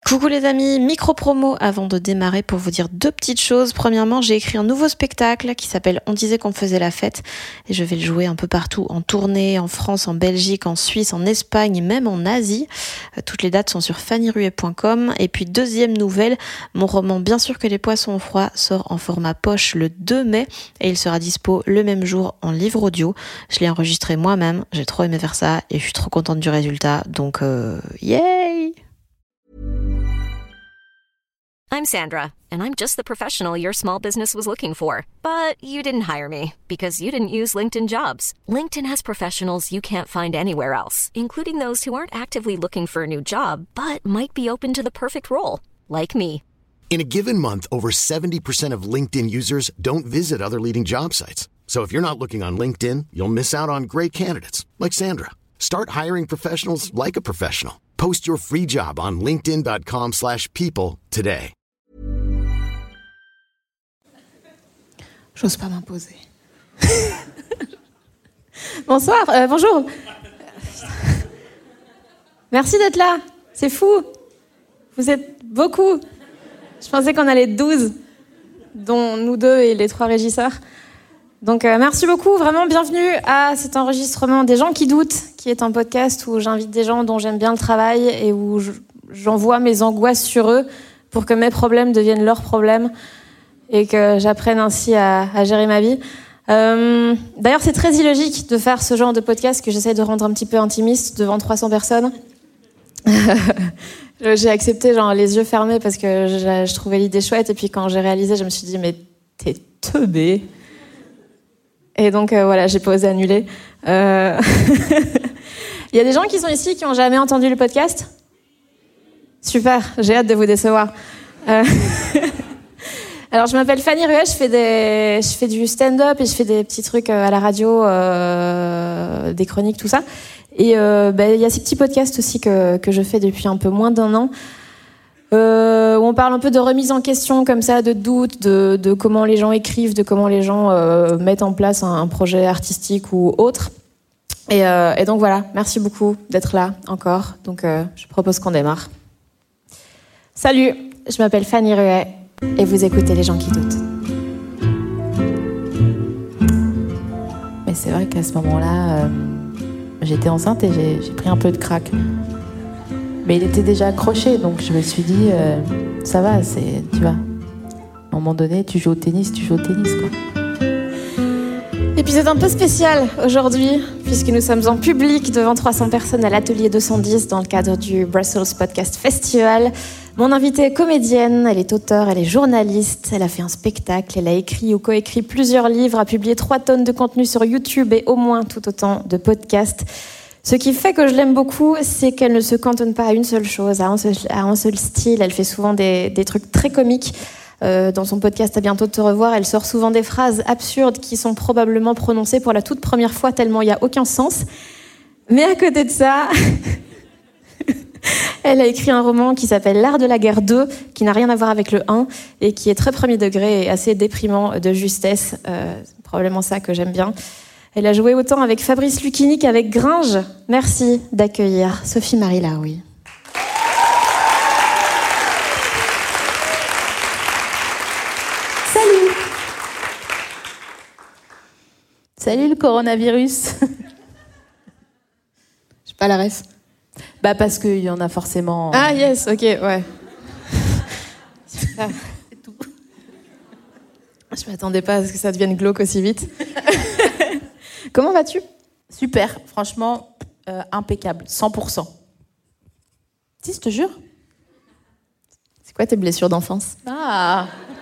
Coucou les amis, micro-promo avant de démarrer pour vous dire deux petites choses. Premièrement, j'ai écrit un nouveau spectacle qui s'appelle On disait qu'on faisait la fête et je vais le jouer un peu partout en tournée, en France, en Belgique, en Suisse, en Espagne et même en Asie. Toutes les dates sont sur fannyruet.com. Et puis deuxième nouvelle, mon roman Bien sûr que les poissons ont froid sort en format poche le 2 mai et il sera dispo le même jour en livre audio. Je l'ai enregistré moi-même, j'ai trop aimé faire ça et je suis trop contente du résultat, donc yay! I'm Sandra, and I'm just the professional your small business was looking for. But you didn't hire me, because you didn't use LinkedIn Jobs. LinkedIn has professionals you can't find anywhere else, including those who aren't actively looking for a new job, but might be open to the perfect role, like me. In a given month, over 70% of LinkedIn users don't visit other leading job sites. So if you're not looking on LinkedIn, you'll miss out on great candidates, like Sandra. Start hiring professionals like a professional. Post your free job on linkedin.com/people today. J'ose pas m'imposer. Bonsoir, bonjour. Merci d'être là, c'est fou. Vous êtes beaucoup. Je pensais qu'on allait être 12, dont nous deux et les 3 régisseurs. Donc merci beaucoup, vraiment bienvenue à cet enregistrement des gens qui doutent, qui est un podcast où j'invite des gens dont j'aime bien le travail et où j'envoie mes angoisses sur eux pour que mes problèmes deviennent leurs problèmes et que j'apprenne ainsi à gérer ma vie. D'ailleurs, c'est très illogique de faire ce genre de podcast que j'essaie de rendre un petit peu intimiste devant 300 personnes. J'ai accepté les yeux fermés parce que je trouvais l'idée chouette et puis quand j'ai réalisé, je me suis dit mais t'es teubé. Et donc voilà, j'ai pas osé annuler. Il y a des gens qui sont ici qui ont jamais entendu le podcast ? Super, j'ai hâte de vous décevoir. Alors je m'appelle Fanny Ruet, je fais du stand-up et je fais des petits trucs à la radio, des chroniques, tout ça. Et il y a ces petits podcasts aussi que je fais depuis un peu moins d'1 an. Où on parle un peu de remise en question comme ça, de doute, de comment les gens écrivent, de comment les gens mettent en place un projet artistique ou autre. Et donc voilà, merci beaucoup d'être là encore. Donc je propose qu'on démarre. Salut, je m'appelle Fanny Ruet et vous écoutez Les gens qui doutent. Mais c'est vrai qu'à ce moment-là, j'étais enceinte et j'ai pris un peu de crack. Mais il était déjà accroché, donc je me suis dit, ça va, tu vois. À un moment donné, tu joues au tennis, quoi. Épisode un peu spécial aujourd'hui, puisque nous sommes en public devant 300 personnes à l'Atelier 210 dans le cadre du Brussels Podcast Festival. Mon invitée est comédienne, elle est auteure, elle est journaliste, elle a fait un spectacle, elle a écrit ou coécrit plusieurs livres, a publié 3 tonnes de contenu sur YouTube et au moins tout autant de podcasts. Ce qui fait que je l'aime beaucoup, c'est qu'elle ne se cantonne pas à une seule chose, à un seul style. Elle fait souvent des trucs très comiques. Dans son podcast À bientôt de te revoir, elle sort souvent des phrases absurdes qui sont probablement prononcées pour la toute première fois tellement il n'y a aucun sens. Mais à côté de ça, elle a écrit un roman qui s'appelle L'art de la guerre 2, qui n'a rien à voir avec le 1 et qui est très premier degré et assez déprimant de justesse. C'est probablement ça que j'aime bien. Elle a joué autant avec Fabrice Lucchini qu'avec Gringe. Merci d'accueillir Sophie-Marie Laroui. Salut. Salut le coronavirus. J'ai pas la ref. Parce qu'il y en a forcément... Ah yes, ok, ouais. C'est tout. Je m'attendais pas à ce que ça devienne glauque aussi vite. Comment vas-tu ? Super, franchement, impeccable, 100%. Si, je te jure. C'est quoi tes blessures d'enfance ? Ah.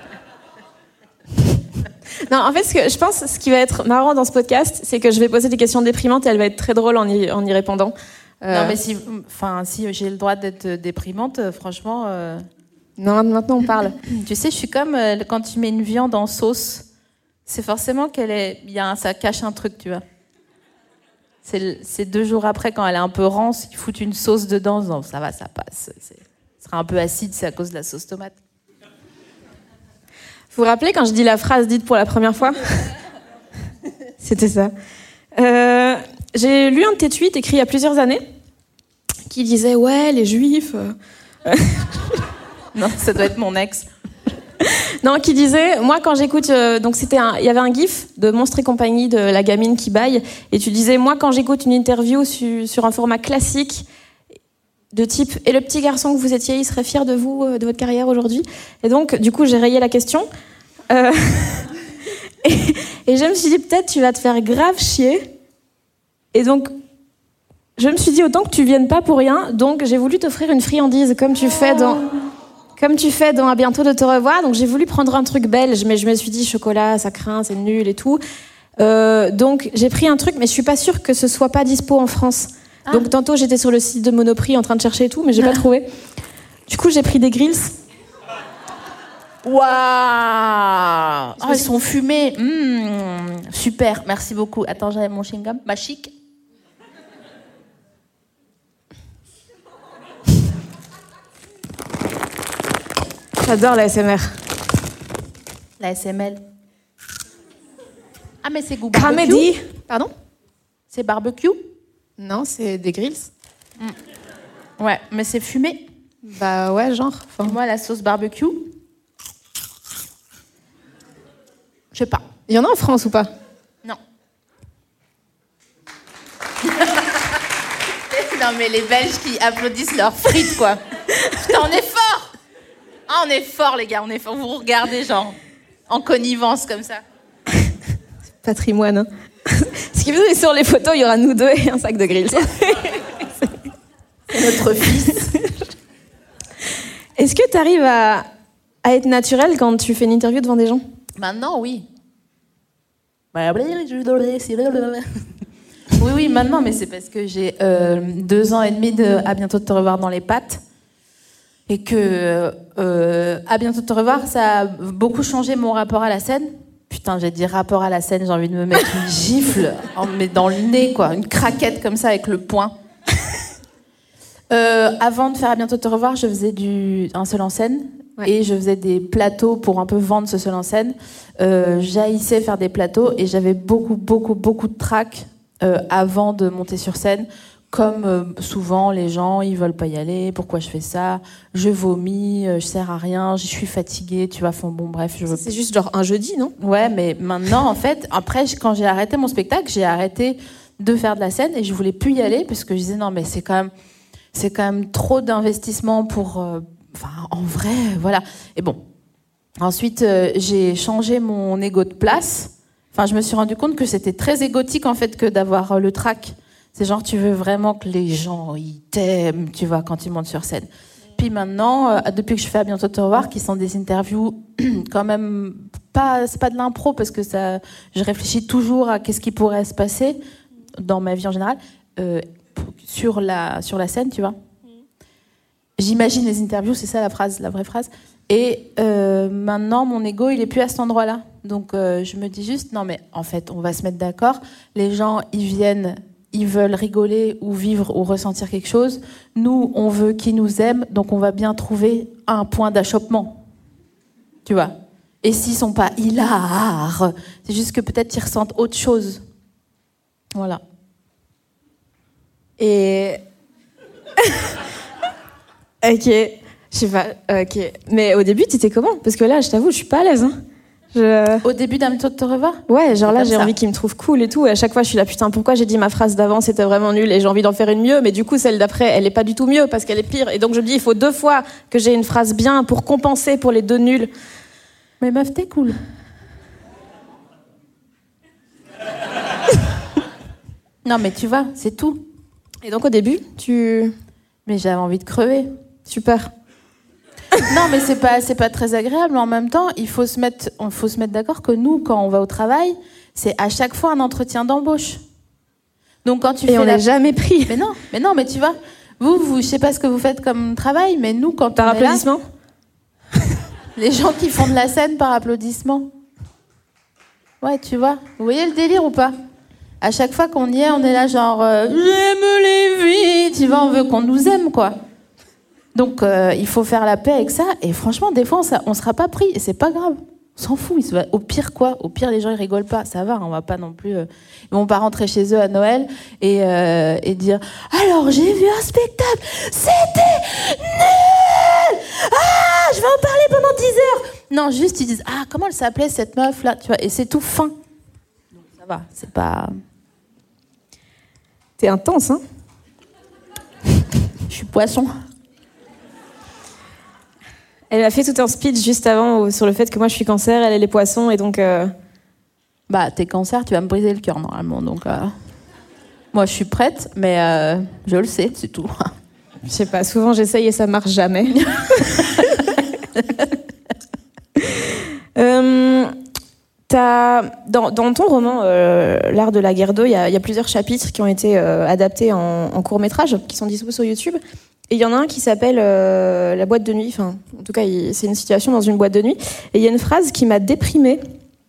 Non, en fait, je pense ce qui va être marrant dans ce podcast, c'est que je vais poser des questions déprimantes et elle va être très drôle en y répondant. Non, mais si j'ai le droit d'être déprimante, franchement... Non, maintenant on parle. Tu sais, je suis comme quand tu mets une viande en sauce. C'est forcément ça cache un truc, tu vois. C'est 2 jours après, quand elle est un peu rance, ils foutent une sauce dedans. Non, ça va, ça passe. Ce sera un peu acide, c'est à cause de la sauce tomate. Vous vous rappelez quand je dis la phrase dite pour la première fois ? C'était ça. J'ai lu un de tes tweets écrit il y a plusieurs années qui disait « Ouais, les juifs... Non, ça doit être mon ex. Non, qui disait, moi quand j'écoute, donc il y avait un gif de Monstres et compagnie de la gamine qui baille, et tu disais, moi quand j'écoute une interview sur un format classique de type, et le petit garçon que vous étiez, il serait fier de vous, de votre carrière aujourd'hui. Et donc, du coup, j'ai rayé la question. Et je me suis dit, peut-être tu vas te faire grave chier. Et donc, je me suis dit, autant que tu viennes pas pour rien, donc j'ai voulu t'offrir une friandise, comme tu fais dans À bientôt de te revoir. Donc j'ai voulu prendre un truc belge, mais je me suis dit, chocolat, ça craint, c'est nul et tout. Donc j'ai pris un truc, mais je suis pas sûre que ce soit pas dispo en France. Donc tantôt j'étais sur le site de Monoprix en train de chercher et tout, mais j'ai pas trouvé. Du coup j'ai pris des grills. Waouh! Oh, ils sont fumés. Super, merci beaucoup. Attends, j'avais mon chewing-gum. Ma chic. J'adore la ASMR. La SML. Ah, mais c'est goût barbecue. Comedy. Pardon? C'est barbecue? Non, c'est des grills. Ouais, mais c'est fumé. Bah ouais, genre. Et moi, la sauce barbecue. Je sais pas. Il y en a en France ou pas? Non. Non, mais les Belges qui applaudissent leurs frites, quoi. Putain, on est fort! Ah, on est fort, les gars, on est fort. Vous regardez, genre, en connivence, comme ça. Patrimoine, hein. Ce qui veut dire que sur les photos, il y aura nous deux et un sac de grills. C'est notre fils. Est-ce que tu arrives à être naturel quand tu fais une interview devant des gens? Maintenant, oui. Oui, maintenant, mais c'est parce que j'ai 2 ans et demi de À bientôt de te revoir dans les pattes. Et que À bientôt de te revoir, ça a beaucoup changé mon rapport à la scène. Putain, j'ai dit rapport à la scène, j'ai envie de me mettre une gifle mais dans le nez, quoi. Une craquette comme ça avec le poing. Avant de faire À bientôt de te revoir, je faisais un seul en scène. Ouais. Et je faisais des plateaux pour un peu vendre ce seul en scène. J'haïssais faire des plateaux et j'avais beaucoup de trac avant de monter sur scène. Comme souvent, les gens, ils veulent pas y aller. Pourquoi je fais ça? Je vomis, je sers à rien, je suis fatiguée, tu vois. Bon, bref. C'est juste genre un jeudi, non? Ouais, mais maintenant, en fait, après, quand j'ai arrêté mon spectacle, j'ai arrêté de faire de la scène et je voulais plus y aller parce que je disais non, mais c'est quand même trop d'investissement pour. En vrai, voilà. Et bon. Ensuite, j'ai changé mon ego de place. Je me suis rendu compte que c'était très égotique, en fait, que d'avoir le trac. C'est genre, tu veux vraiment que les gens, ils t'aiment, tu vois, quand ils montent sur scène. Puis maintenant, depuis que je fais À bientôt de te revoir, qui sont des interviews quand même c'est pas de l'impro, parce que je réfléchis toujours à qu'est-ce qui pourrait se passer dans ma vie en général, sur la scène, tu vois. J'imagine les interviews, c'est ça la vraie phrase. Et maintenant, mon ego, il est plus à cet endroit-là. Donc, je me dis juste, non, mais en fait, on va se mettre d'accord. Les gens, ils viennent, ils veulent rigoler ou vivre ou ressentir quelque chose. Nous, on veut qu'ils nous aiment, donc on va bien trouver un point d'achoppement. Tu vois? Et s'ils sont pas hilars, c'est juste que peut-être ils ressentent autre chose. Voilà. Et... Ok, je sais pas, ok. Mais au début, t'étais comment? Parce que là, je t'avoue, je suis pas à l'aise, hein. Au début d'À bientôt de te revoir? Ouais, genre là, j'ai envie qu'il me trouve cool et tout. Et à chaque fois, je suis là, putain, pourquoi j'ai dit ma phrase d'avant, c'était vraiment nul et j'ai envie d'en faire une mieux. Mais du coup, celle d'après, elle est pas du tout mieux parce qu'elle est pire. Et donc, je me dis, il faut 2 fois que j'ai une phrase bien pour compenser pour les 2 nuls. Mais meuf, t'es cool. Non, mais tu vois, c'est tout. Et donc, au début, Mais j'avais envie de crever. Super. Non, mais c'est pas très agréable. Mais en même temps, il faut se mettre d'accord que nous, quand on va au travail, c'est à chaque fois un entretien d'embauche. Donc quand tu fais on n'est jamais pris. Mais non, mais tu vois, vous, je sais pas ce que vous faites comme travail, mais nous, quand par applaudissement, les gens qui font de la scène par applaudissement. Ouais, tu vois. Vous voyez le délire ou pas? À chaque fois qu'on y est, on est là genre j'aime les vies, tu vois, on veut qu'on nous aime, quoi. Donc il faut faire la paix avec ça. Et franchement, des fois, on sera pas pris et c'est pas grave. On s'en fout. Au pire, quoi? Au pire, les gens ils rigolent pas. Ça va, on va pas non plus. Ils vont pas rentrer chez eux à Noël et dire alors j'ai vu un spectacle, c'était nul. Ah, Non, juste ils disent « Ah, comment elle s'appelait cette meuf là ?» Tu vois, et c'est tout fin. Donc ça va, c'est pas... T'es intense, hein? Je suis poisson. Elle m'a fait tout un speech juste avant sur le fait que moi je suis cancer, elle est poisson, et donc... Bah, t'es cancer, tu vas me briser le cœur normalement, donc... Moi, je suis prête, mais je le sais, c'est tout. Je sais pas, souvent j'essaye et ça marche jamais. Dans ton roman L'art de la guerre d'eau, il y a plusieurs chapitres qui ont été adaptés en court-métrage, qui sont disponibles sur YouTube. Et il y en a un qui s'appelle La boîte de nuit. Enfin, en tout cas, c'est une situation dans une boîte de nuit. Et il y a une phrase qui m'a déprimée.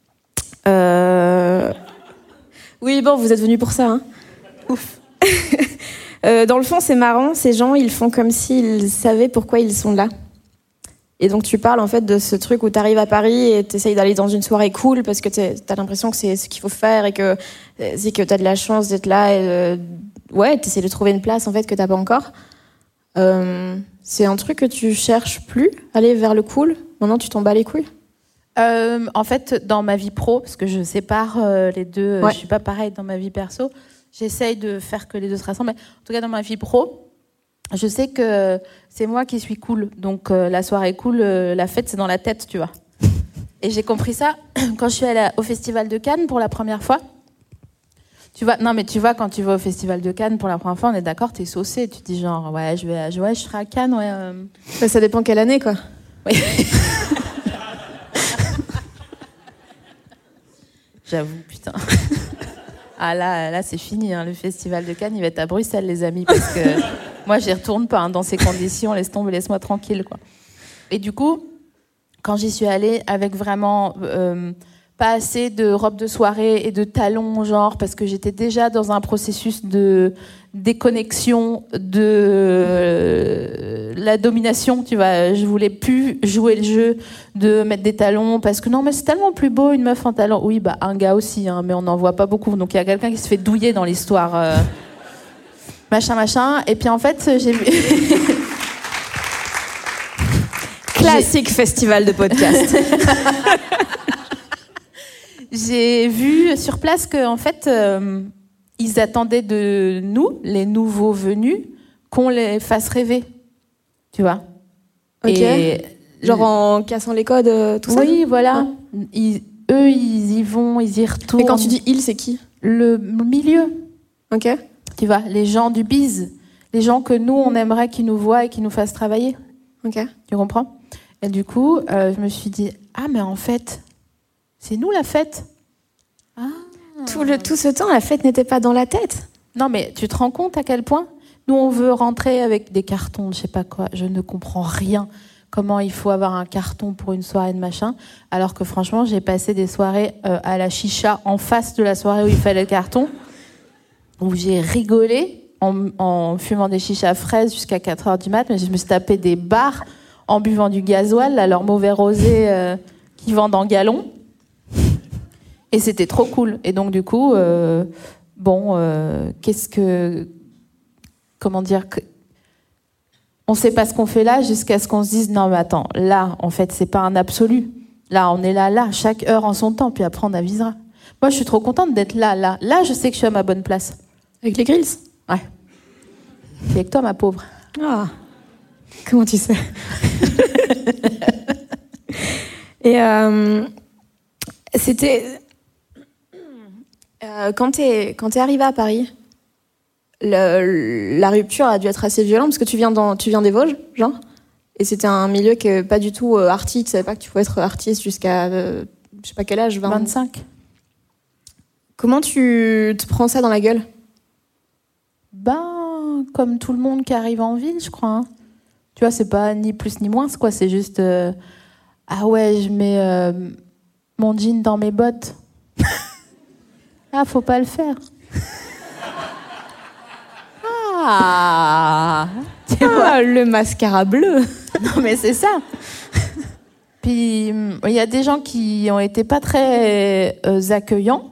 Oui, bon, vous êtes venus pour ça, hein. Ouf. Dans le fond, c'est marrant. Ces gens, ils font comme s'ils savaient pourquoi ils sont là. Et donc, tu parles en fait de ce truc où tu arrives à Paris et tu essayes d'aller dans une soirée cool parce que tu as l'impression que c'est ce qu'il faut faire et que tu as de la chance d'être là. Et ouais, tu essaies de trouver une place en fait que tu n'as pas encore. C'est un truc que tu cherches plus, aller vers le cool. Maintenant, tu t'en bats les couilles. En fait, dans ma vie pro, parce que je sépare les deux, ouais. Je suis pas pareille dans ma vie perso. J'essaye de faire que les deux se rassemblent. Mais en tout cas, dans ma vie pro, je sais que c'est moi qui suis cool. Donc, la soirée cool, la fête, c'est dans la tête, tu vois. Et j'ai compris ça quand je suis allée au Festival de Cannes pour la première fois. Tu vois, non, mais tu vois, quand tu vas au Festival de Cannes pour la première fois, on est d'accord, t'es saucé. Tu te dis genre, ouais, je serai à Cannes, ouais. Ça dépend quelle année, quoi. Oui. J'avoue, putain. Ah là, c'est fini. Hein. Le Festival de Cannes, il va être à Bruxelles, les amis, parce que moi, j'y retourne pas. Hein, dans ces conditions, laisse tomber, laisse-moi tranquille, quoi. Et du coup, quand j'y suis allée avec vraiment pas assez de robe de soirée et de talons, genre, parce que j'étais déjà dans un processus de déconnexion de la domination, tu vois. Je voulais plus jouer le jeu de mettre des talons parce que non, mais c'est tellement plus beau une meuf en talons. Oui, bah un gars aussi, hein, mais on n'en voit pas beaucoup. Donc il y a quelqu'un qui se fait douiller dans l'histoire. Machin. Et puis en fait, j'ai vu... Classique festival de podcast. J'ai vu sur place qu'en fait, ils attendaient de nous, les nouveaux venus, qu'on les fasse rêver. Tu vois? Ok. Et genre en cassant les codes, tout ça? Oui, voilà. Ouais. Eux, ils y vont, ils y retournent. Et quand tu dis ils, c'est qui? Le milieu. Ok. Tu vois, les gens du biz. Les gens que nous, on aimerait qu'ils nous voient et qu'ils nous fassent travailler. Ok. Tu comprends? Et du coup, je me suis dit, ah, mais en fait, c'est nous la fête. Ah. Tout ce temps, la fête n'était pas dans la tête. Non, mais tu te rends compte à quel point? Nous, on veut rentrer avec des cartons, je sais pas quoi. Je ne comprends rien. Comment il faut avoir un carton pour une soirée de machin. Alors que franchement, j'ai passé des soirées à la chicha en face de la soirée où il fallait le carton. Où j'ai rigolé en fumant des chichas fraises jusqu'à 4h du mat'. Mais je me suis tapé des bars en buvant du gasoil, là, leur mauvais rosé qui vendent en gallons. Et c'était trop cool. Et donc, du coup, comment dire, on sait pas ce qu'on fait là jusqu'à ce qu'on se dise, non, mais attends, là, en fait, c'est pas un absolu. Là, on est là, chaque heure en son temps, puis après, on avisera. Moi, je suis trop contente d'être là. Là, je sais que je suis à ma bonne place. Avec les grills? Ouais. Et avec toi, ma pauvre. Ah. Comment tu sais? Et c'était... quand t'es arrivée à Paris, la rupture a dû être assez violente parce que tu viens des Vosges, genre, et c'était un milieu qui est pas du tout arty. Tu savais pas que tu pouvais être artiste jusqu'à je sais pas quel âge, 25. Comment tu te prends ça dans la gueule? Ben, comme tout le monde qui arrive en ville, je crois. Hein. Tu vois, c'est pas ni plus ni moins, quoi. C'est juste ah ouais, je mets mon jean dans mes bottes. Ah, faut pas le faire. Tu vois, le mascara bleu. Non, mais c'est ça. Puis, il y a des gens qui ont été pas très accueillants.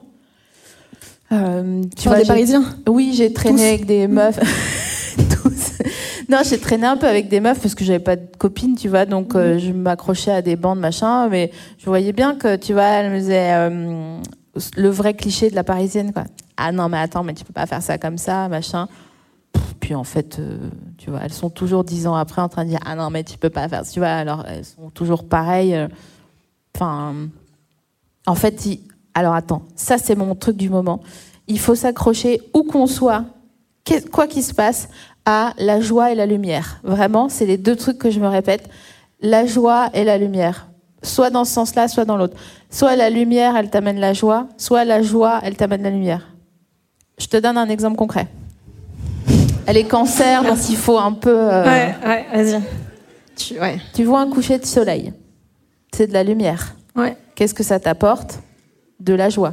Tu vois, des Parisiens? Oui, j'ai traîné avec des meufs. Tous. Non, j'ai traîné un peu avec des meufs parce que j'avais pas de copine, tu vois, donc je m'accrochais à des bandes, machin, mais je voyais bien que, tu vois, elle me disait le vrai cliché de la Parisienne, quoi. Ah non, mais attends, mais tu peux pas faire ça comme ça, machin. Puis en fait, tu vois, elles sont toujours 10 ans après en train de dire ah non, mais tu peux pas faire ça, tu vois, alors elles sont toujours pareilles. Enfin, en fait, alors attends, ça c'est mon truc du moment. Il faut s'accrocher où qu'on soit, quoi qu'il se passe, à la joie et la lumière. Vraiment, c'est les deux trucs que je me répète. La joie et la lumière. Soit dans ce sens-là, soit dans l'autre. Soit la lumière, elle t'amène la joie, soit la joie, elle t'amène la lumière. Je te donne un exemple concret. Elle est cancer, donc il faut un peu... Ouais, vas-y. Tu vois un coucher de soleil. C'est de la lumière. Ouais. Qu'est-ce que ça t'apporte ? De la joie.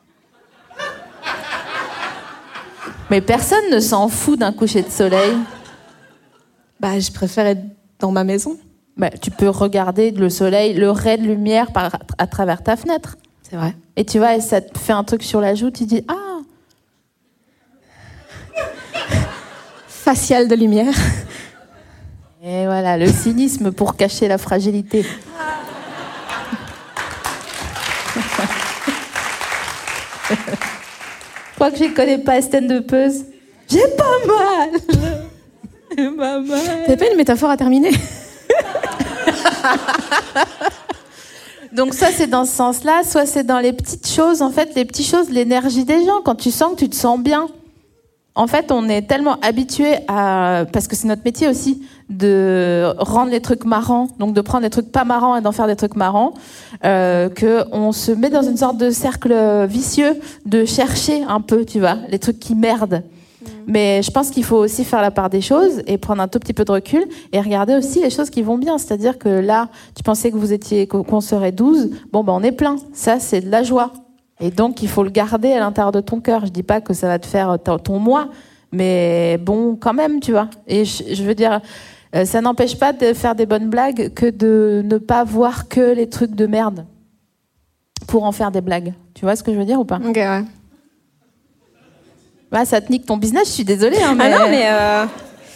Mais personne ne s'en fout d'un coucher de soleil. Bah, je préfère être dans ma maison. Bah, tu peux regarder le soleil, le ray de lumière à travers ta fenêtre. C'est vrai. Et tu vois, et ça te fait un truc sur la joue, tu dis « Ah !» Facial de lumière. Et voilà, le cynisme pour cacher la fragilité. Je crois que je ne connais pas Estelle de Peuse. J'ai pas mal. J'ai pas mal. T'avais pas une métaphore à terminer ? Donc soit c'est dans ce sens-là, soit c'est dans les petites choses. En fait, les petites choses, l'énergie des gens. Quand tu sens que tu te sens bien. En fait, on est tellement habitué à... Parce que c'est notre métier aussi, de rendre les trucs marrants, donc de prendre des trucs pas marrants et d'en faire des trucs marrants, qu'on se met dans une sorte de cercle vicieux de chercher un peu, tu vois, les trucs qui merdent. Mais je pense qu'il faut aussi faire la part des choses et prendre un tout petit peu de recul et regarder aussi les choses qui vont bien. C'est-à-dire que là, tu pensais que qu'on serait 12, bon, ben on est plein. Ça, c'est de la joie. Et donc, il faut le garder à l'intérieur de ton cœur. Je dis pas que ça va te faire ton moi, mais bon, quand même, tu vois. Et je veux dire, ça n'empêche pas de faire des bonnes blagues que de ne pas voir que les trucs de merde pour en faire des blagues. Tu vois ce que je veux dire ou pas ? Ok, ouais. Bah, ça te nique ton business, je suis désolée. Hein, mais... Ah non, mais...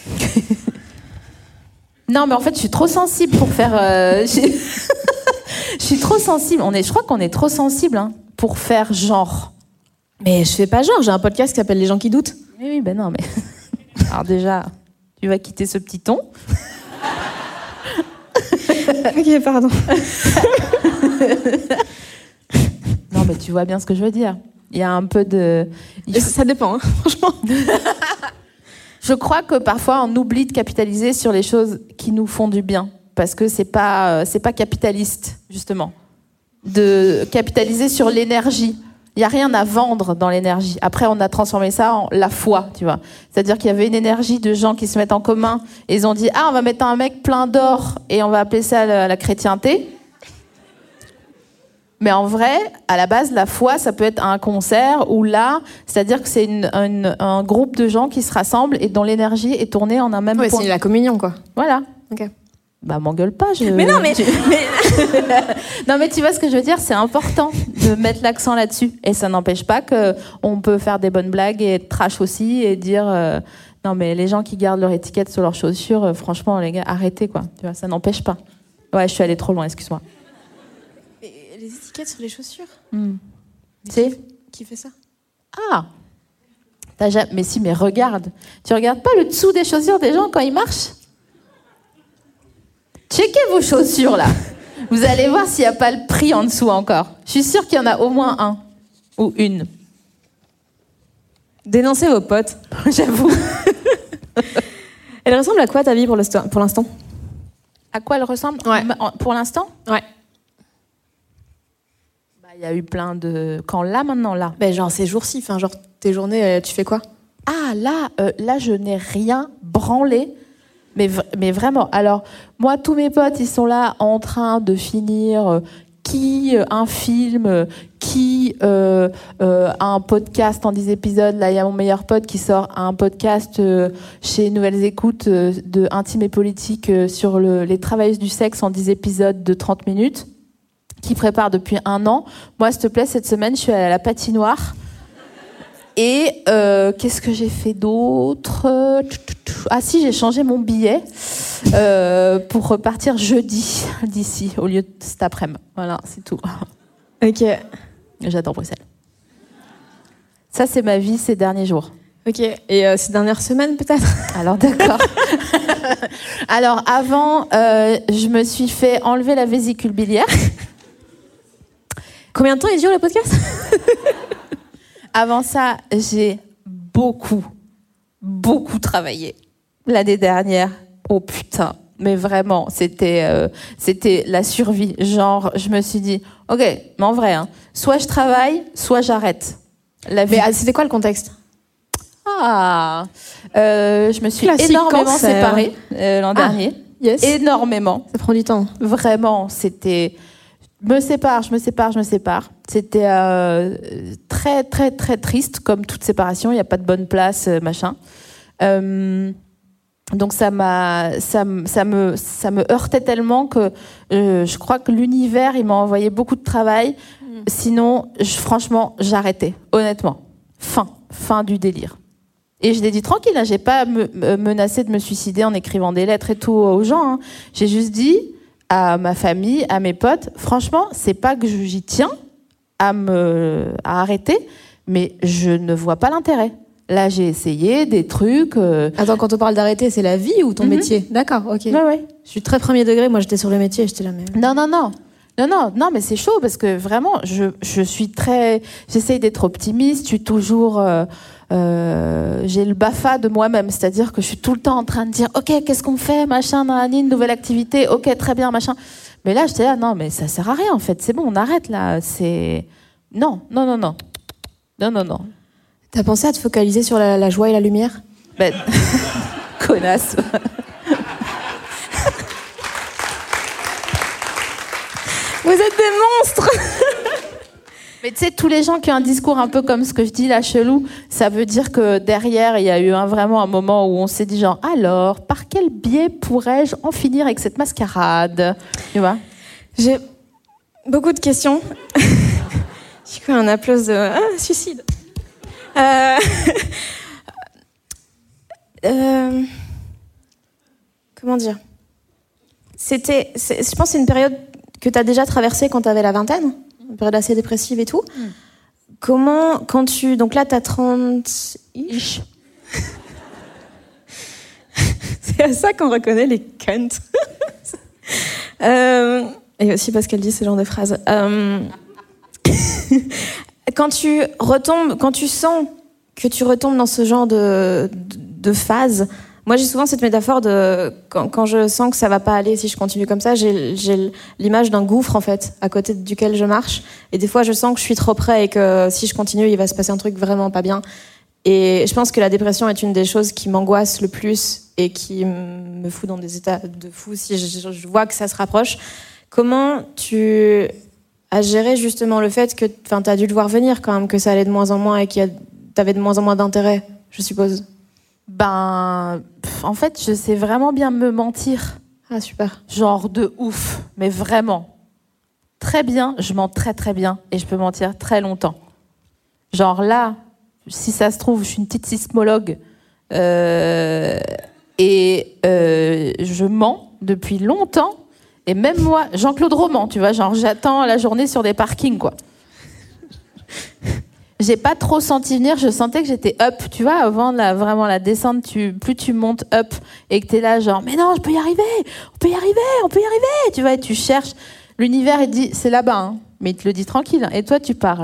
Non, mais en fait, je suis trop sensible pour faire... Je suis trop sensible. Je crois qu'on est trop sensible, hein, pour faire genre. Mais je fais pas genre, j'ai un podcast qui s'appelle Les gens qui doutent. Oui, ben non, mais... Alors déjà, tu vas quitter ce petit ton. Ok, pardon. Non, mais tu vois bien ce que je veux dire. Il y a un peu de... Ça dépend, hein, franchement. Je crois que parfois, on oublie de capitaliser sur les choses qui nous font du bien. Parce que c'est pas capitaliste, justement. De capitaliser sur l'énergie. Il n'y a rien à vendre dans l'énergie. Après, on a transformé ça en la foi, tu vois. C'est-à-dire qu'il y avait une énergie de gens qui se mettent en commun et ils ont dit « Ah, on va mettre un mec plein d'or et on va appeler ça la chrétienté ». Mais en vrai, à la base, la foi, ça peut être un concert ou là, c'est-à-dire que c'est un groupe de gens qui se rassemblent et dont l'énergie est tournée en un même point. C'est la communion, quoi. Voilà. Ok. Bah, m'engueule pas. Mais non, mais... Non, mais tu vois ce que je veux dire, c'est important de mettre l'accent là-dessus. Et ça n'empêche pas qu'on peut faire des bonnes blagues et être trash aussi et dire... non, mais les gens qui gardent leur étiquette sur leurs chaussures, franchement, les gars, arrêtez, quoi. Tu vois, ça n'empêche pas. Ouais, je suis allée trop loin, excuse-moi. Les étiquettes sur les chaussures C'est qui fait ça? Ah, mais si, mais regarde. Tu regardes pas le dessous des chaussures des gens quand ils marchent? Checkez vos chaussures, là. Vous allez voir s'il n'y a pas le prix en dessous encore. Je suis sûre qu'il y en a au moins un. Ou une. Dénoncez vos potes. J'avoue. Elle ressemble à quoi, ta vie, pour l'instant? À quoi elle ressemble? Ouais. Pour l'instant? Ouais. Il y a eu plein de... Quand là, maintenant, là? Ben, genre ces jours-ci, enfin, genre tes journées, tu fais quoi? Ah, là, je n'ai rien branlé. Mais vraiment. Alors, moi, tous mes potes, ils sont là en train de finir un film, un podcast en 10 épisodes. Là, il y a mon meilleur pote qui sort un podcast chez Nouvelles Écoutes de Intime et Politique sur les travailleuses du sexe en 10 épisodes de 30 minutes, qui prépare depuis 1 an. Moi, s'il te plaît, cette semaine, je suis allée à la patinoire. Et qu'est-ce que j'ai fait d'autre ? Ah si, j'ai changé mon billet pour repartir jeudi d'ici au lieu de cet après-midi. Voilà, c'est tout. Ok. J'adore Bruxelles. Ça, c'est ma vie ces derniers jours. Ok. Et ces dernières semaines, peut-être ? Alors, d'accord. Alors, avant, je me suis fait enlever la vésicule biliaire. Combien de temps il dure le podcast ? Avant ça, j'ai beaucoup travaillé. L'année dernière, oh putain, mais vraiment, c'était la survie. Genre, je me suis dit, ok, mais en vrai, soit je travaille, soit j'arrête. La vie. Mais c'était quoi le contexte ? Je me suis énormément séparée l'an dernier. Yes. Énormément. Ça prend du temps. Vraiment, c'était... Je me sépare. C'était très, très, très triste, comme toute séparation. Il n'y a pas de bonne place, machin. Donc ça me heurtait tellement que je crois que l'univers, il m'a envoyé beaucoup de travail. Sinon, franchement, j'arrêtais. Honnêtement. Fin du délire. Et je l'ai dit tranquille, j'ai pas menacé de me suicider en écrivant des lettres et tout aux gens. J'ai juste dit à ma famille, à mes potes, franchement, c'est pas que j'y tiens à arrêter, mais je ne vois pas l'intérêt. Là, j'ai essayé des trucs. Attends, quand on parle d'arrêter, c'est la vie ou ton métier ? D'accord, ok. Ouais. Je suis très premier degré, moi j'étais sur le métier, j'étais là. Mais... Non, mais c'est chaud parce que vraiment, j'essaye d'être optimiste, je suis toujours, j'ai le BAFA de moi-même, c'est-à-dire que je suis tout le temps en train de dire, ok, qu'est-ce qu'on fait, machin, une nouvelle activité, ok, très bien, machin. Mais là, j'étais là, non, mais ça sert à rien en fait, c'est bon, on arrête là, non. T'as pensé à te focaliser sur la joie et la lumière ? Ben, connasse. Vous êtes des monstres. Mais tu sais, tous les gens qui ont un discours un peu comme ce que je dis là, chelou, ça veut dire que derrière, il y a eu vraiment un moment où on s'est dit genre, alors, par quel biais pourrais-je en finir avec cette mascarade ? Tu vois ? J'ai beaucoup de questions. J'ai cru un applause de suicide. Comment dire ? Je pense que c'est une période que tu as déjà traversée quand tu avais la vingtaine, une période assez dépressive et tout. Comment, donc là, tu as 30-ish. C'est à ça qu'on reconnaît les cunts. Et aussi parce qu'elle dit ce genre de phrases. Quand tu sens que tu retombes dans ce genre de phase, moi j'ai souvent cette métaphore de quand je sens que ça va pas aller si je continue comme ça, j'ai l'image d'un gouffre en fait à côté duquel je marche, et des fois je sens que je suis trop près et que si je continue il va se passer un truc vraiment pas bien. Et je pense que la dépression est une des choses qui m'angoisse le plus et qui me fout dans des états de fou si je vois que ça se rapproche. Comment tu as géré justement le fait que t'as dû le voir venir quand même, que ça allait de moins en moins et que t'avais de moins en moins d'intérêt, je suppose? En fait, je sais vraiment bien me mentir. Ah, super. Genre de ouf, mais vraiment. Très bien, je mens très très bien et je peux mentir très longtemps. Genre là, si ça se trouve, je suis une petite sismologue et je mens depuis longtemps. Et même moi, Jean-Claude Roman, tu vois, genre j'attends la journée sur des parkings, quoi. J'ai pas trop senti venir, je sentais que j'étais up, tu vois, avant vraiment la descente, plus tu montes up et que t'es là genre, mais non, je peux y arriver, on peut y arriver, tu vois, et tu cherches. L'univers, il te dit, c'est là-bas, hein, mais il te le dit tranquille. Et toi, tu pars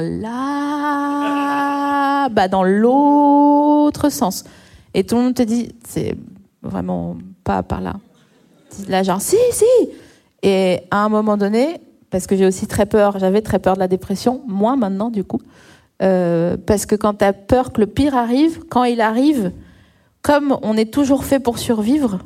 là, dans l'autre sens. Et tout le monde te dit, c'est vraiment pas par là. Là, genre, si. Et à un moment donné, parce que j'avais très peur de la dépression, moins maintenant du coup, parce que quand t'as peur que le pire arrive, quand il arrive, comme on est toujours fait pour survivre,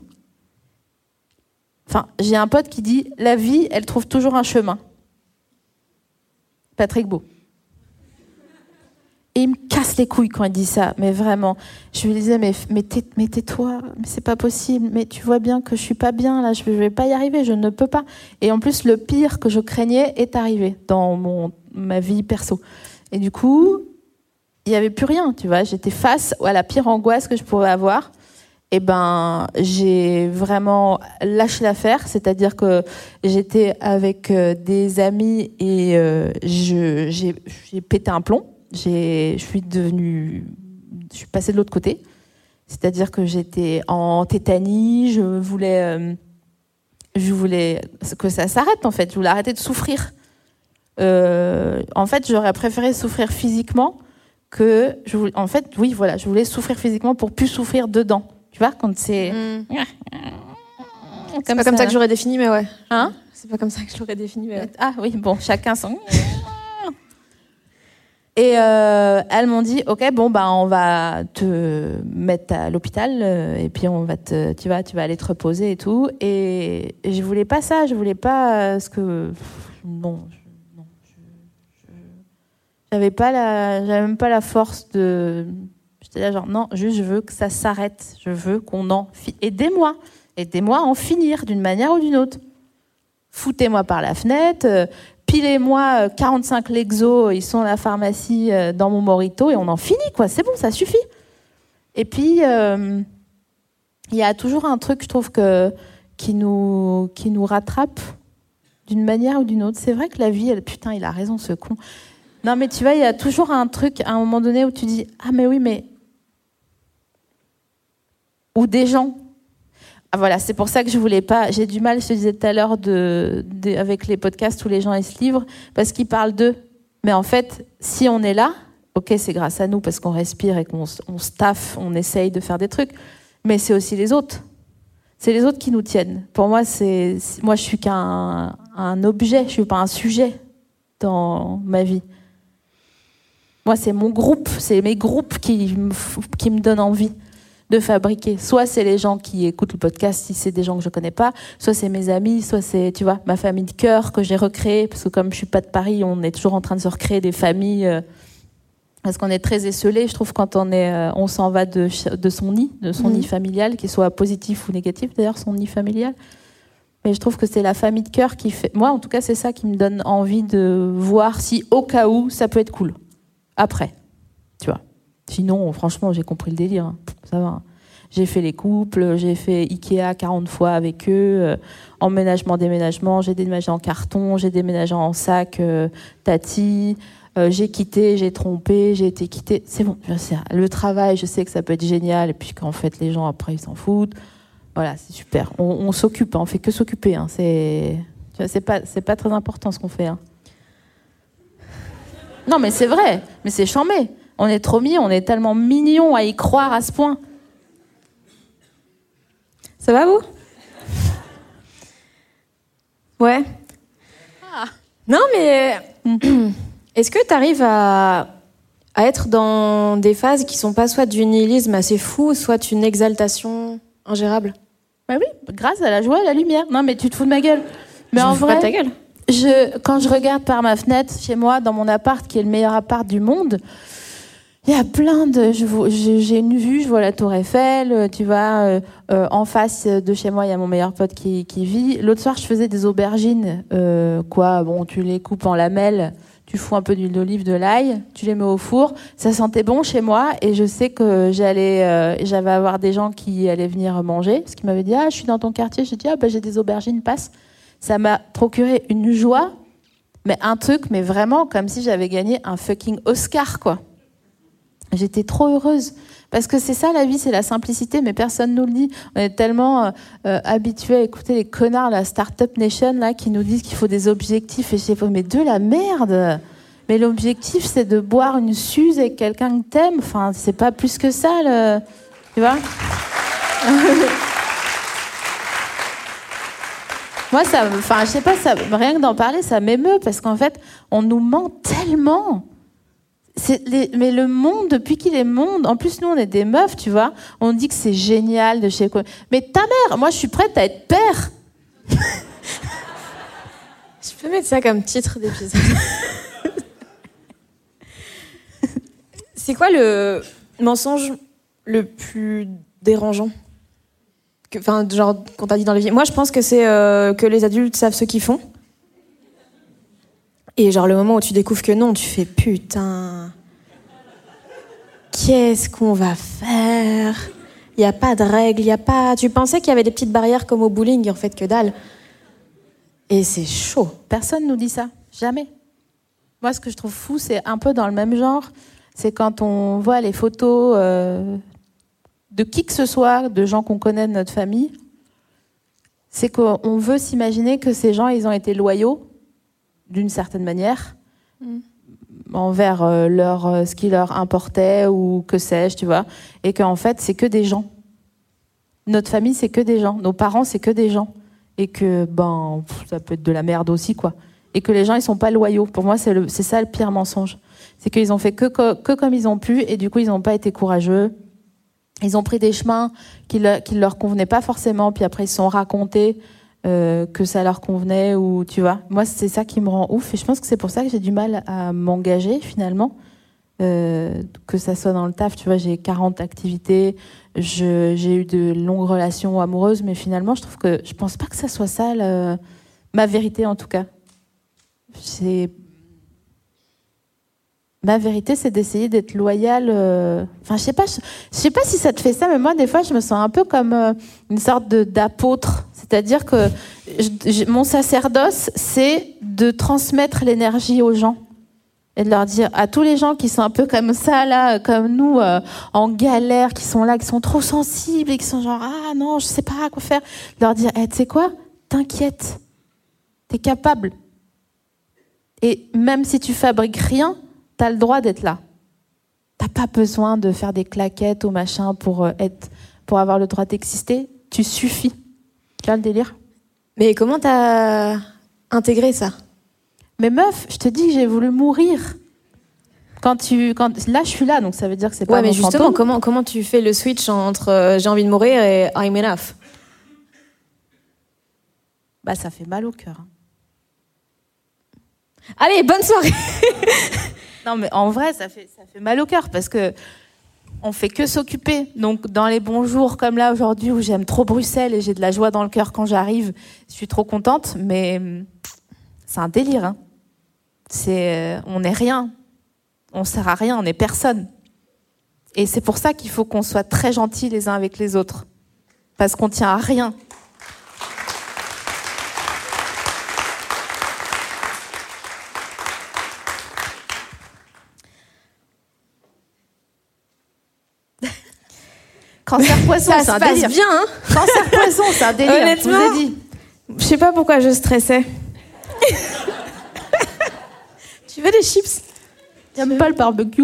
j'ai un pote qui dit, la vie, elle trouve toujours un chemin. Patrick Beau. Et il me casse les couilles quand il dit ça, mais vraiment. Je lui disais, mais tais-toi, mais c'est pas possible, mais tu vois bien que je suis pas bien, là, je vais pas y arriver, je ne peux pas. Et en plus, le pire que je craignais est arrivé dans ma vie perso. Et du coup, il y avait plus rien, tu vois. J'étais face à la pire angoisse que je pouvais avoir. Et ben, j'ai vraiment lâché l'affaire, c'est-à-dire que j'étais avec des amis et j'ai pété un plomb. Je suis passée de l'autre côté, c'est-à-dire que j'étais en tétanie. Je voulais que ça s'arrête en fait. Je voulais arrêter de souffrir. En fait, j'aurais préféré souffrir physiquement que je voulais souffrir physiquement pour plus souffrir dedans. Tu vois, quand c'est... C'est pas comme ça que j'aurais défini, mais ouais. Hein ? C'est pas comme ça que je l'aurais défini, mais ouais. Ah oui, bon, chacun son... Et elles m'ont dit, ok, bon, bah, on va te mettre à l'hôpital et puis tu vas aller te reposer et tout. Et je voulais pas ça, je voulais pas ce que... J'avais même pas la force de... J'étais là genre, non, juste je veux que ça s'arrête. Je veux qu'on en... Aidez-moi à en finir d'une manière ou d'une autre. Foutez-moi par la fenêtre, pilez-moi 45 Lexo, ils sont à la pharmacie dans mon Morito et on en finit, quoi. C'est bon, ça suffit. Et puis, il y a toujours un truc, je trouve, qui nous rattrape d'une manière ou d'une autre. C'est vrai que la vie, putain, il a raison, ce con. Non, mais tu vois, il y a toujours un truc, à un moment donné, où tu dis « Ah, mais oui, mais... » Ou des gens. Ah, voilà, c'est pour ça que je voulais pas... J'ai du mal, je te disais tout à l'heure, avec les podcasts où les gens ils se livrent, parce qu'ils parlent d'eux. Mais en fait, si on est là, ok, c'est grâce à nous, parce qu'on respire et qu'on se taffe, on essaye de faire des trucs, mais c'est aussi les autres. C'est les autres qui nous tiennent. Pour moi, moi je suis qu'un objet, je suis pas un sujet dans ma vie. Moi, c'est mon groupe, c'est mes groupes qui me donnent envie de fabriquer. Soit c'est les gens qui écoutent le podcast, si c'est des gens que je connais pas, soit c'est mes amis, soit c'est, tu vois, ma famille de cœur que j'ai recréée, parce que comme je suis pas de Paris, on est toujours en train de se recréer des familles, parce qu'on est très esseulés, je trouve, quand on s'en va de son nid familial, qu'il soit positif ou négatif, d'ailleurs, son nid familial. Mais je trouve que c'est la famille de cœur qui fait... Moi, en tout cas, c'est ça qui me donne envie de voir si, au cas où, ça peut être cool. Après, tu vois. Sinon, franchement, j'ai compris le délire. Hein. Ça va. J'ai fait les couples, j'ai fait Ikea 40 fois avec eux, emménagement, déménagement, j'ai déménagé en carton, j'ai déménagé en sac Tati, j'ai quitté, j'ai trompé, j'ai été quittée. C'est bon, le travail, je sais que ça peut être génial, et puis qu'en fait, les gens, après, ils s'en foutent. Voilà, c'est super. On s'occupe, hein, on fait que s'occuper. Hein. C'est pas très important ce qu'on fait. Hein. Non, mais c'est vrai, mais c'est chambé. On est trop on est tellement mignons à y croire à ce point. Ça va, vous ? Ouais. Ah. Non, mais est-ce que tu arrives à être dans des phases qui sont pas soit du nihilisme assez fou, soit une exaltation ingérable ? Bah oui, grâce à la joie et à la lumière. Non, mais tu te fous de ma gueule. Mais en vrai, pas de ta gueule. Quand je regarde par ma fenêtre chez moi, dans mon appart, qui est le meilleur appart du monde, il y a plein de... J'ai une vue, je vois la Tour Eiffel, tu vois, en face de chez moi, il y a mon meilleur pote qui vit. L'autre soir, je faisais des aubergines, bon, tu les coupes en lamelles, tu fous un peu d'huile d'olive, de l'ail, tu les mets au four. Ça sentait bon chez moi et je sais que j'avais avoir des gens qui allaient venir manger, parce qu'ils m'avaient dit « Ah, je suis dans ton quartier ». J'ai dit « Ah, bah, j'ai des aubergines, passe ». Ça m'a procuré une joie, mais un truc, mais vraiment comme si j'avais gagné un fucking Oscar, quoi. J'étais trop heureuse. Parce que c'est ça la vie, c'est la simplicité, mais personne nous le dit. On est tellement habitués à écouter les connards, la Startup Nation, là, qui nous disent qu'il faut des objectifs. Et je sais pas, mais de la merde. Mais l'objectif, c'est de boire une suze avec quelqu'un que t'aimes. Enfin, c'est pas plus que ça, tu vois. Moi, je sais pas, rien que d'en parler, ça m'émeut, parce qu'en fait, on nous ment tellement. Mais le monde, depuis qu'il est monde, en plus, nous, on est des meufs, tu vois, on dit que c'est génial de chez quoi. Mais ta mère, moi, je suis prête à être père. Je peux mettre ça comme titre d'épisode. C'est quoi le mensonge le plus dérangeant ? Enfin, genre, qu'on t'a dit dans les vies. Moi, je pense que c'est que les adultes savent ce qu'ils font. Et genre, le moment où tu découvres que non, tu fais putain. qu'est-ce qu'on va faire ? Il n'y a pas de règles, il y a pas... Tu pensais qu'il y avait des petites barrières comme au bowling, en fait, que dalle. Et c'est chaud. Personne nous dit ça, jamais. Moi, ce que je trouve fou, c'est un peu dans le même genre. C'est quand on voit les photos de qui que ce soit, de gens qu'on connaît de notre famille, c'est qu'on veut s'imaginer que ces gens, ils ont été loyaux, d'une certaine manière, envers ce qui leur importait ou que sais-je, tu vois. Et qu'en fait, c'est que des gens. Notre famille, c'est que des gens. Nos parents, c'est que des gens. Et que, ça peut être de la merde aussi, quoi. Et que les gens, ils sont pas loyaux. Pour moi, c'est ça le pire mensonge. C'est qu'ils ont fait que comme ils ont pu, et du coup, ils n'ont pas été courageux. Ils ont pris des chemins qui leur convenaient pas forcément, puis après, ils se sont racontés que ça leur convenait, ou tu vois. Moi, c'est ça qui me rend ouf, et je pense que c'est pour ça que j'ai du mal à m'engager, finalement. Que ça soit dans le taf, tu vois, j'ai 40 activités, j'ai eu de longues relations amoureuses, mais finalement, je pense pas que ça soit ça, ma vérité, en tout cas. Ma vérité, c'est d'essayer d'être loyale. Enfin, je sais pas si ça te fait ça, mais moi, des fois, je me sens un peu comme une sorte d'apôtre. C'est-à-dire que mon sacerdoce, c'est de transmettre l'énergie aux gens et de leur dire à tous les gens qui sont un peu comme ça, là, comme nous, en galère, qui sont là, qui sont trop sensibles et qui sont genre ah non, je sais pas quoi faire. De leur dire, tu sais quoi, t'inquiète, t'es capable. Et même si tu fabriques rien, t'as le droit d'être là. T'as pas besoin de faire des claquettes ou machin pour avoir le droit d'exister. Tu suffis. Tu vois le délire ? Mais comment t'as intégré ça ? Mais meuf, je te dis que j'ai voulu mourir. Là, je suis là, donc ça veut dire que c'est pas mon fantôme. Ouais, mais justement, comment tu fais le switch entre j'ai envie de mourir et I'm enough ? Ça fait mal au cœur. Allez, bonne soirée. Non, mais en vrai, ça fait mal au cœur parce que on fait que s'occuper. Donc, dans les bons jours comme là aujourd'hui où j'aime trop Bruxelles et j'ai de la joie dans le cœur quand j'arrive, je suis trop contente. Mais c'est un délire. Hein. On n'est rien, on sert à rien, on n'est personne. Et c'est pour ça qu'il faut qu'on soit très gentils les uns avec les autres, parce qu'on tient à rien. Cancer poisson, c'est un délire. Ça se passe bien, hein ? Cancer poisson, c'est un délire. Honnêtement, je vous ai dit. Je sais pas pourquoi je stressais. Tu veux des chips ? J'aime pas le barbecue.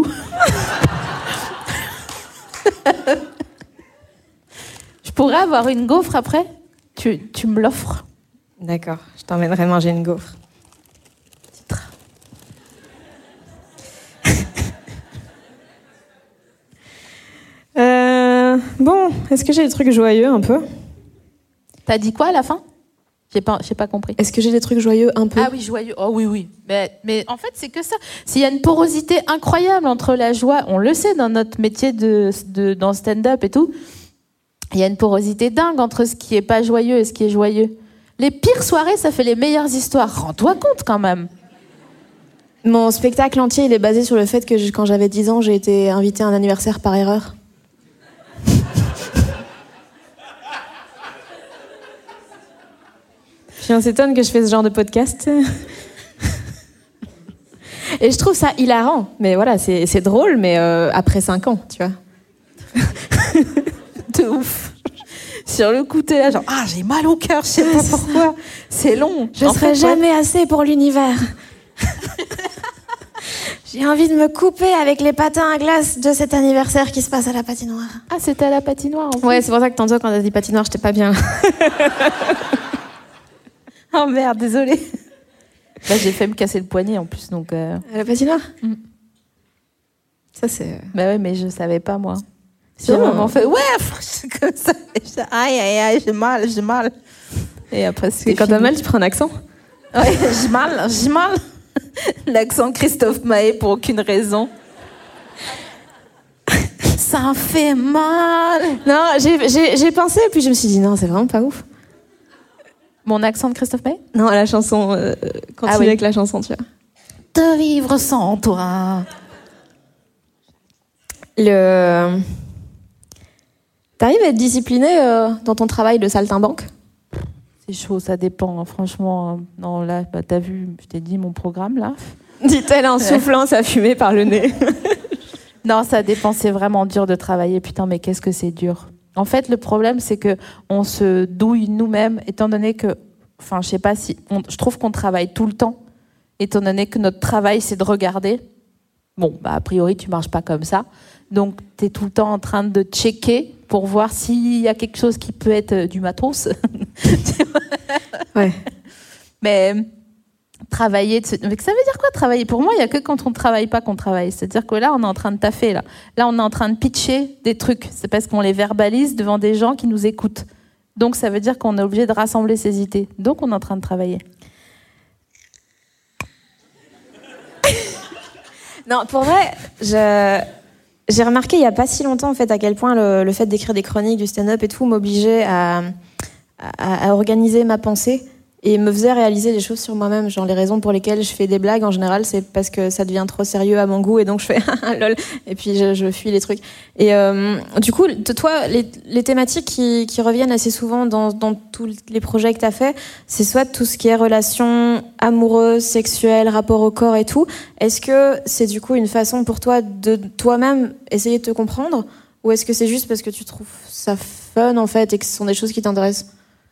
Je pourrais avoir une gaufre après ? Tu me l'offres ? D'accord, je t'emmènerai manger une gaufre. Bon, est-ce que j'ai des trucs joyeux un peu ? T'as dit quoi à la fin ? J'ai pas compris. Est-ce que j'ai des trucs joyeux un peu ? Ah oui, joyeux. Oh oui. Mais en fait, c'est que ça. S'il y a une porosité incroyable entre la joie, on le sait dans notre métier dans stand-up et tout, il y a une porosité dingue entre ce qui est pas joyeux et ce qui est joyeux. Les pires soirées, ça fait les meilleures histoires. Rends-toi compte quand même. Mon spectacle entier, il est basé sur le fait que quand j'avais 10 ans, j'ai été invitée à un anniversaire par erreur. On s'étonne que je fais ce genre de podcast. Et je trouve ça hilarant. Mais voilà, c'est drôle, mais après 5 ans, tu vois. De ouf. Sur le coup, t'es là, genre, j'ai mal au cœur, je sais pas pourquoi. C'est long. Je serai jamais assez pour l'univers. J'ai envie de me couper avec les patins à glace de cet anniversaire qui se passe à la patinoire. Ah, c'était à la patinoire, en fait. Ouais, c'est pour ça que tantôt, quand t'as dit patinoire, j'étais pas bien. Oh merde, désolée. Là, j'ai fait me casser le poignet en plus, donc. À la patinoire. Ça, c'est. Bah ouais, mais je savais pas, moi. Si on m'en fait, ouais, c'est comme ça. Aïe, j'ai mal. Et après, c'est. Et quand t'as mal, tu prends un accent ? Ouais, j'ai mal. L'accent Christophe Maé pour aucune raison. Ça fait mal. Non, j'ai pensé, et puis je me suis dit, non, c'est vraiment pas ouf. Mon accent de Christophe Maé ? Non, la chanson, continue avec la chanson, tu vois. De vivre sans toi. T'arrives à être discipliné dans ton travail de saltimbanque ? C'est chaud, ça dépend. Franchement, non, là, t'as vu, je t'ai dit mon programme, là. Dit-elle en soufflant sa fumée par le nez. Non, ça dépend, c'est vraiment dur de travailler. Putain, mais qu'est-ce que c'est dur. En fait, le problème, c'est qu'on se douille nous-mêmes, étant donné que... Enfin, je sais pas si... je trouve qu'on travaille tout le temps, étant donné que notre travail, c'est de regarder. Bon, bah, a priori, tu marches pas comme ça. Donc, t'es tout le temps en train de checker pour voir s'il y a quelque chose qui peut être du matos. Ouais. Mais travailler... Mais ça veut dire quoi, travailler ? Pour moi, il n'y a que quand on ne travaille pas qu'on travaille. C'est-à-dire que là, on est en train de taffer. Là, on est en train de pitcher des trucs. C'est parce qu'on les verbalise devant des gens qui nous écoutent. Donc, ça veut dire qu'on est obligé de rassembler ses idées. Donc, on est en train de travailler. Non, pour vrai, j'ai remarqué il n'y a pas si longtemps en fait, à quel point le fait d'écrire des chroniques, du stand-up et tout m'obligeait à organiser ma pensée et me faisait réaliser des choses sur moi-même. Genre les raisons pour lesquelles je fais des blagues, en général, c'est parce que ça devient trop sérieux à mon goût et donc je fais lol et puis je fuis les trucs. Et du coup, toi, les thématiques qui reviennent assez souvent dans tous les projets que tu as fait, c'est soit tout ce qui est relations amoureuses, sexuelles, rapport au corps et tout. Est-ce que c'est du coup une façon pour toi de toi-même essayer de te comprendre ou est-ce que c'est juste parce que tu trouves ça fun en fait et que ce sont des choses qui t'intéressent ?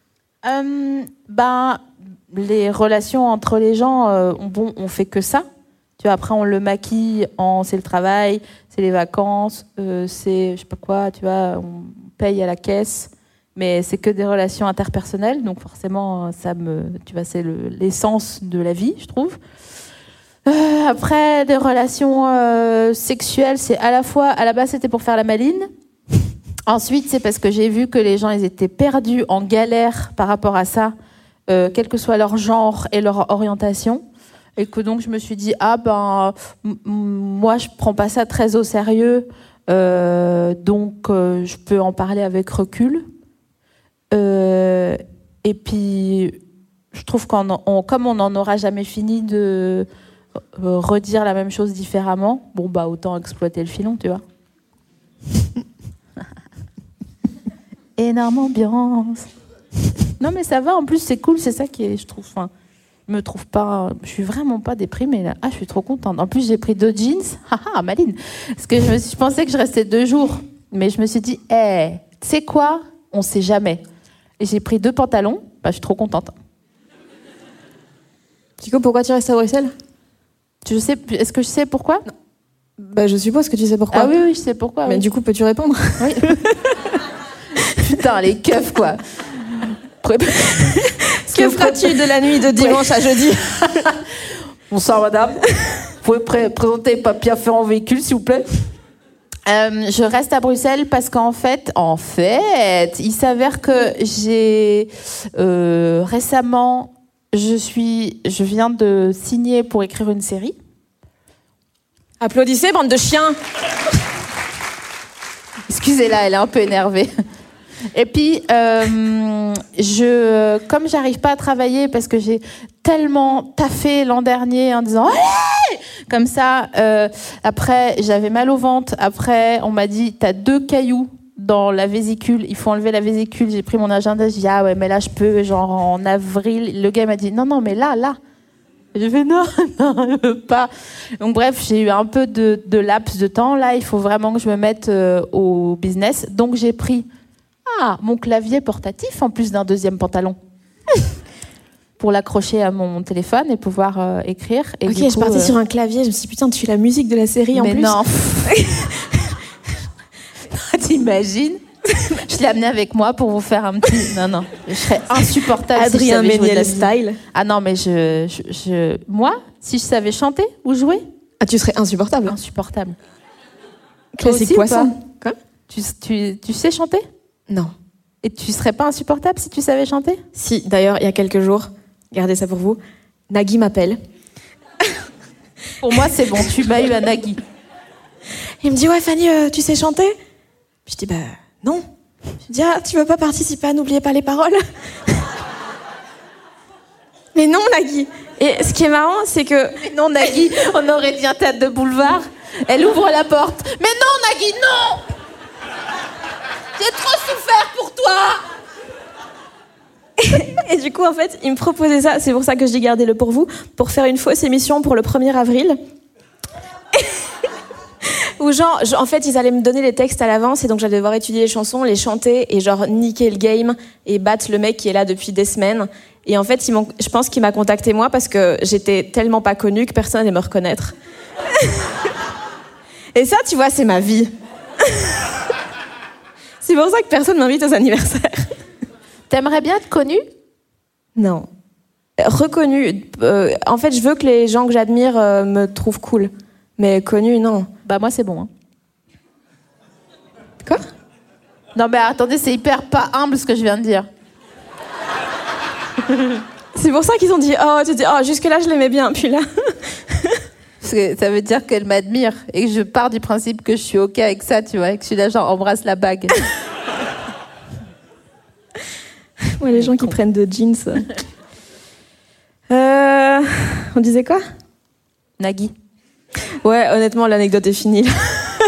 Les relations entre les gens, on fait que ça. Tu vois, après, on le maquille c'est le travail, c'est les vacances, c'est je sais pas quoi, tu vois, on paye à la caisse, mais c'est que des relations interpersonnelles, donc forcément, tu vois, c'est l'essence de la vie, je trouve. Après, des relations sexuelles, c'est à la base, c'était pour faire la maline. Ensuite, c'est parce que j'ai vu que les gens, ils étaient perdus, en galère par rapport à ça, quel que soit leur genre et leur orientation. Et que donc, je me suis dit, moi, je prends pas ça très au sérieux, donc je peux en parler avec recul. Et puis, je trouve comme on n'en aura jamais fini de redire la même chose différemment, autant exploiter le filon, tu vois. Énorme ambiance. Non mais ça va, en plus c'est cool, c'est ça qui est, je trouve, je suis vraiment pas déprimée là. Je suis trop contente. En plus j'ai pris 2 jeans, maline. Parce que je pensais que je restais 2 jours, mais je me suis dit, tu sais quoi, on sait jamais. Et j'ai pris 2 pantalons, je suis trop contente. Chico, pourquoi tu restes à Bruxelles ? Est-ce que je sais pourquoi ? Non. Je suppose que tu sais pourquoi. Ah oui, je sais pourquoi. Mais oui. Du coup, peux-tu répondre ? Oui. Putain, les keufs, quoi. Que feras-tu de la nuit de dimanche à jeudi ? Bonsoir, madame. Vous pouvez présenter papier à faire en véhicule, s'il vous plaît ? Je reste à Bruxelles parce qu'en fait, il s'avère que j'ai récemment, je viens de signer pour écrire une série. Applaudissez, bande de chiens. Excusez-la, elle est un peu énervée. Et puis, comme j'arrive pas à travailler parce que j'ai tellement taffé l'an dernier en disant allez, comme ça, après j'avais mal au ventre. Après, on m'a dit t'as 2 cailloux dans la vésicule, il faut enlever la vésicule. J'ai pris mon agenda, j'ai dit ah ouais, mais là je peux, genre en avril. Le gars m'a dit non, mais là. J'ai fait non, je veux pas. Donc bref, j'ai eu un peu de laps de temps. Là, il faut vraiment que je me mette au business. Donc j'ai pris mon clavier portatif en plus d'un 2e pantalon pour l'accrocher à mon téléphone et pouvoir écrire. Et ok, je suis partie sur un clavier. Je me suis dit putain, tu fais la musique de la série en plus. Mais non. T'imagines ? Je l'ai amené avec moi pour vous faire un petit... Non, je serais insupportable. Adrien si Méniel style. Ah non, mais moi, si je savais chanter ou jouer... Ah, tu serais insupportable. Insupportable. Classique poisson. Quoi ? Tu sais chanter ? Non. Et tu serais pas insupportable si tu savais chanter ? Si, d'ailleurs, il y a quelques jours, gardez ça pour vous, Nagui m'appelle. Pour moi, c'est bon, tu m'as eu à Nagui. Il me dit, ouais, Fanny, tu sais chanter ? Puis je dis, non. Je dis, tu veux pas participer à N'oubliez pas les paroles ? Mais non, Nagui. Et ce qui est marrant, c'est que... Mais non, Nagui, on aurait dit un théâtre de boulevard. Elle ouvre la porte. Mais non, Nagui, non! J'ai trop souffert pour toi! Et du coup, en fait, il me proposait ça, c'est pour ça que je dis gardez-le pour vous, pour faire une fausse émission pour le 1er avril. Où en fait, ils allaient me donner les textes à l'avance et donc j'allais devoir étudier les chansons, les chanter et genre niquer le game et battre le mec qui est là depuis des semaines. Et en fait, je pense qu'il m'a contacté moi parce que j'étais tellement pas connue que personne n'allait me reconnaître. Et ça, tu vois, c'est ma vie. C'est pour ça que personne m'invite aux anniversaires. T'aimerais bien être connue? Non. Reconnue. En fait, je veux que les gens que j'admire me trouvent cool. Mais connue, non. Bah moi, c'est bon. Hein. Quoi? Non, mais attendez, c'est hyper pas humble ce que je viens de dire. C'est pour ça qu'ils ont dit jusque-là, je l'aimais bien, puis là... Parce que ça veut dire qu'elle m'admire et que je pars du principe que je suis OK avec ça, tu vois, et que je suis là, genre, embrasse la bague. Ouais, les gens qui prennent de jeans. On disait quoi? Nagui. Ouais, honnêtement, l'anecdote est finie. Là.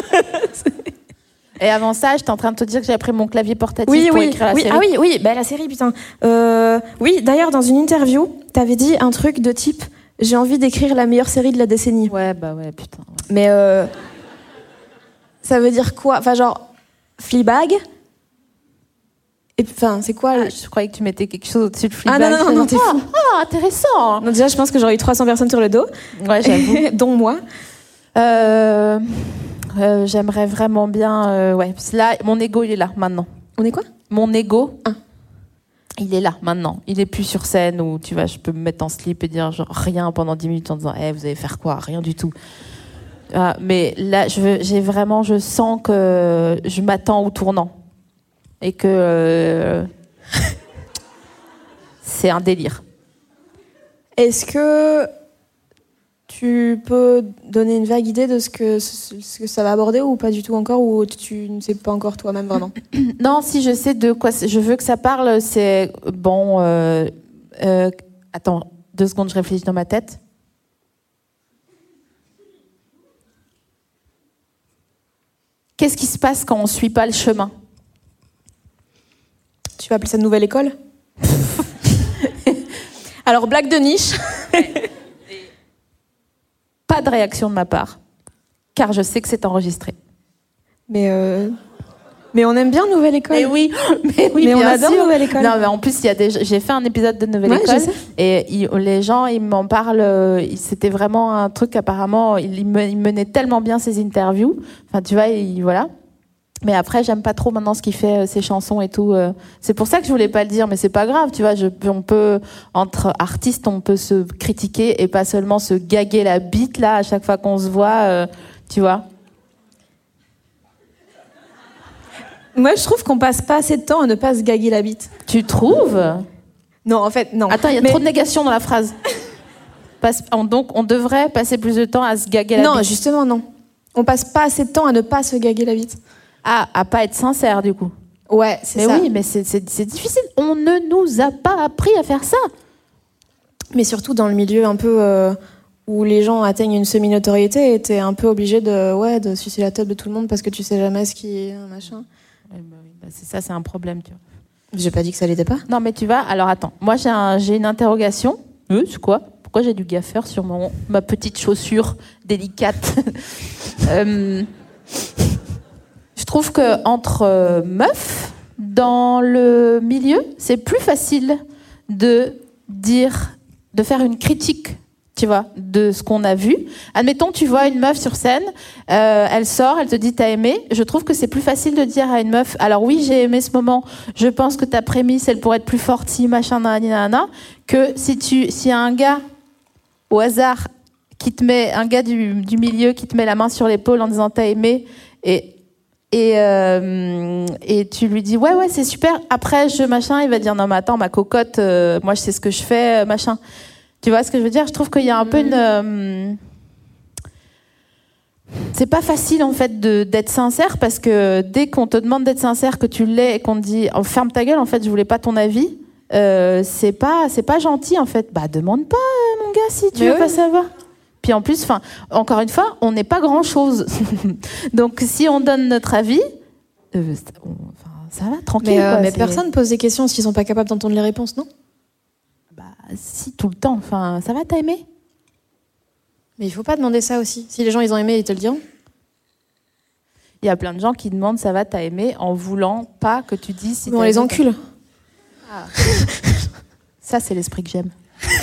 Et avant ça, j'étais en train de te dire que j'avais pris mon clavier portatif pour écrire la série. Ah oui, bah, la série, putain. Oui, d'ailleurs, dans une interview, t'avais dit un truc de type « J'ai envie d'écrire la meilleure série de la décennie ». Ouais, bah ouais, putain. Ouais. Mais ça veut dire quoi? Enfin, genre, Fleabag. Et enfin, c'est quoi Je croyais que tu mettais quelque chose au-dessus de Fleabag. Ah non, t'es fou. Ah, intéressant. Donc déjà, je pense que j'aurais eu 300 personnes sur le dos. Ouais, j'avoue. Dont moi. J'aimerais vraiment bien... ouais, là, mon ego, il est là, maintenant. On est quoi? Mon ego, il est là, maintenant. Il est plus sur scène où, tu vois, je peux me mettre en slip et dire genre rien pendant 10 minutes en disant « vous allez faire quoi ?» Rien du tout. Mais là, je sens que je m'attends au tournant. Et que c'est un délire. Est-ce que tu peux donner une vague idée de ce que ça va aborder ou pas du tout encore, ou tu ne sais pas encore toi-même vraiment? Non, si je sais de quoi je veux que ça parle, c'est bon. Attends, 2 secondes, je réfléchis dans ma tête. Qu'est-ce qui se passe quand on suit pas le chemin? Tu vas appeler ça nouvelle école? Alors, blague de niche. Pas de réaction de ma part, car je sais que c'est enregistré. Mais on aime bien Nouvelle École. Mais oui, mais on bien adore sûr. Nouvelle École. Non, mais en plus, j'ai fait un épisode de Nouvelle École et les gens, ils m'en parlent. C'était vraiment un truc, apparemment, ils menaient tellement bien ses interviews. Enfin, tu vois, voilà. Mais après, j'aime pas trop maintenant ce qu'il fait, ses chansons et tout. C'est pour ça que je voulais pas le dire, mais c'est pas grave, tu vois. On peut, entre artistes, on peut se critiquer et pas seulement se gaguer la bite, là, à chaque fois qu'on se voit, tu vois. Moi, je trouve qu'on passe pas assez de temps à ne pas se gaguer la bite. Tu trouves? Non, en fait, non. Attends, il y a trop de négation dans la phrase. Donc, on devrait passer plus de temps à se gaguer la bite. Non, justement, non. On passe pas assez de temps à ne pas se gaguer la bite. Ah, à pas être sincère, du coup. Ouais, c'est ça. Mais oui, mais c'est difficile. On ne nous a pas appris à faire ça. Mais surtout dans le milieu un peu où les gens atteignent une semi-notoriété, et t'es un peu obligé de sucer la tête de tout le monde parce que tu sais jamais ce qui est un machin. Ouais, c'est ça, c'est un problème, tu vois. J'ai pas dit que ça l'était pas. Non, mais tu vois, alors attends. Moi, j'ai une interrogation. C'est quoi? Pourquoi j'ai du gaffeur sur ma petite chaussure délicate? Je trouve que entre meufs, dans le milieu, c'est plus facile de faire une critique, tu vois, de ce qu'on a vu. Admettons, tu vois une meuf sur scène, elle sort, elle te dit t'as aimé. Je trouve que c'est plus facile de dire à une meuf, alors oui, j'ai aimé ce moment, je pense que ta prémisse, elle pourrait être plus forte si, machin, nanana, que si y a un gars, au hasard, un gars du milieu qui te met la main sur l'épaule en disant t'as aimé, et tu lui dis ouais c'est super, après machin, il va dire non mais attends ma cocotte, moi je sais ce que je fais, machin. Tu vois ce que je veux dire? Je trouve qu'il y a un peu c'est pas facile en fait d'être sincère, parce que dès qu'on te demande d'être sincère, que tu l'es et qu'on te dit ferme ta gueule, en fait je voulais pas ton avis, c'est pas gentil en fait. Bah demande pas mon gars si tu veux pas savoir. Puis en plus, encore une fois, on n'est pas grand-chose. Donc si on donne notre avis, ça va, tranquille. Mais personne pose des questions s'ils sont pas capables d'entendre les réponses, non ? Bah si, tout le temps. Enfin, ça va, t'as aimé ? Mais il faut pas demander ça aussi. Si les gens ils ont aimé, ils te le diront. Il y a plein de gens qui demandent ça va, t'as aimé, en voulant pas que tu dises si on les encule. Ah. Ça, c'est l'esprit que j'aime.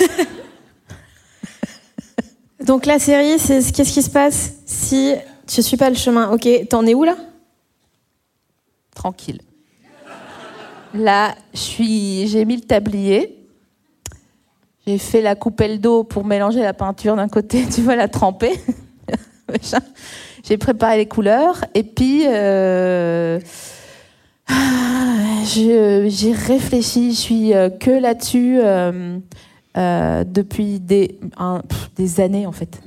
Donc la série, c'est qu'est-ce qui se passe si tu suis pas le chemin ? Ok, t'en es où là ? Tranquille. Là, j'ai mis le tablier. J'ai fait la coupelle d'eau pour mélanger la peinture d'un côté, tu vois, la tremper. J'ai préparé les couleurs et puis j'ai réfléchi. Je suis que là-dessus depuis des années en fait.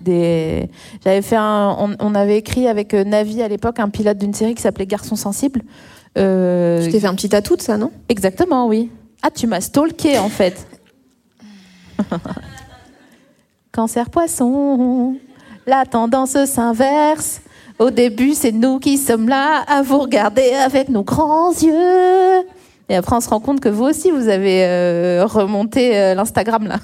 On avait écrit avec Navi à l'époque un pilote d'une série qui s'appelait Garçons sensibles. Tu t'es fait un petit tatou de ça, non ? Exactement, oui. Ah, tu m'as stalké en fait. Cancer poisson, la tendance s'inverse. Au début, c'est nous qui sommes là à vous regarder avec nos grands yeux. Et après, on se rend compte que vous aussi, vous avez remonté l'Instagram là.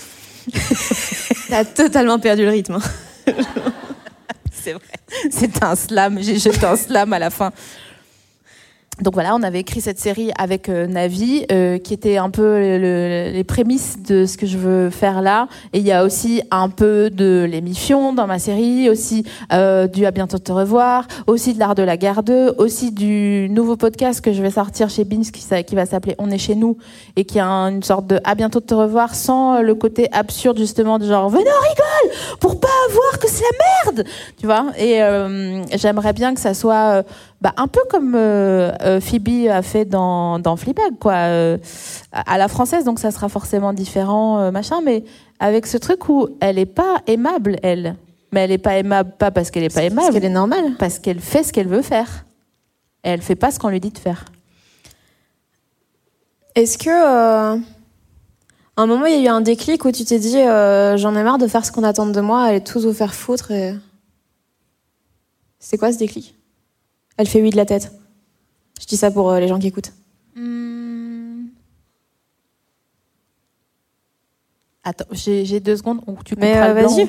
T'as totalement perdu le rythme. C'est vrai. C'était un slam. J'ai jeté un slam à la fin. Donc voilà, on avait écrit cette série avec Navi, qui était un peu les prémices de ce que je veux faire là. Et il y a aussi un peu de l'émission dans ma série, aussi du À bientôt te revoir, aussi de l'art de la guerre 2, aussi du nouveau podcast que je vais sortir chez Beans qui va s'appeler On est chez nous, et qui a une sorte de À bientôt te revoir sans le côté absurde justement de genre venez on rigole pour pas voir que c'est la merde, tu vois. Et j'aimerais bien que ça soit un peu comme Phoebe a fait dans Fleabag, quoi, à la française, donc ça sera forcément différent, mais avec ce truc où elle est pas aimable, elle. Mais elle est pas aimable, pas parce qu'elle est pas aimable. Parce qu'elle est normale. Parce qu'elle fait ce qu'elle veut faire. Et elle fait pas ce qu'on lui dit de faire. Est-ce que, à un moment, il y a eu un déclic où tu t'es dit j'en ai marre de faire ce qu'on attend de moi, allez tous vous faire foutre et... C'est quoi ce déclic ? Elle fait oui de la tête. Je dis ça pour les gens qui écoutent. Attends, j'ai 2 secondes où tu couperas le blanc. Vas-y.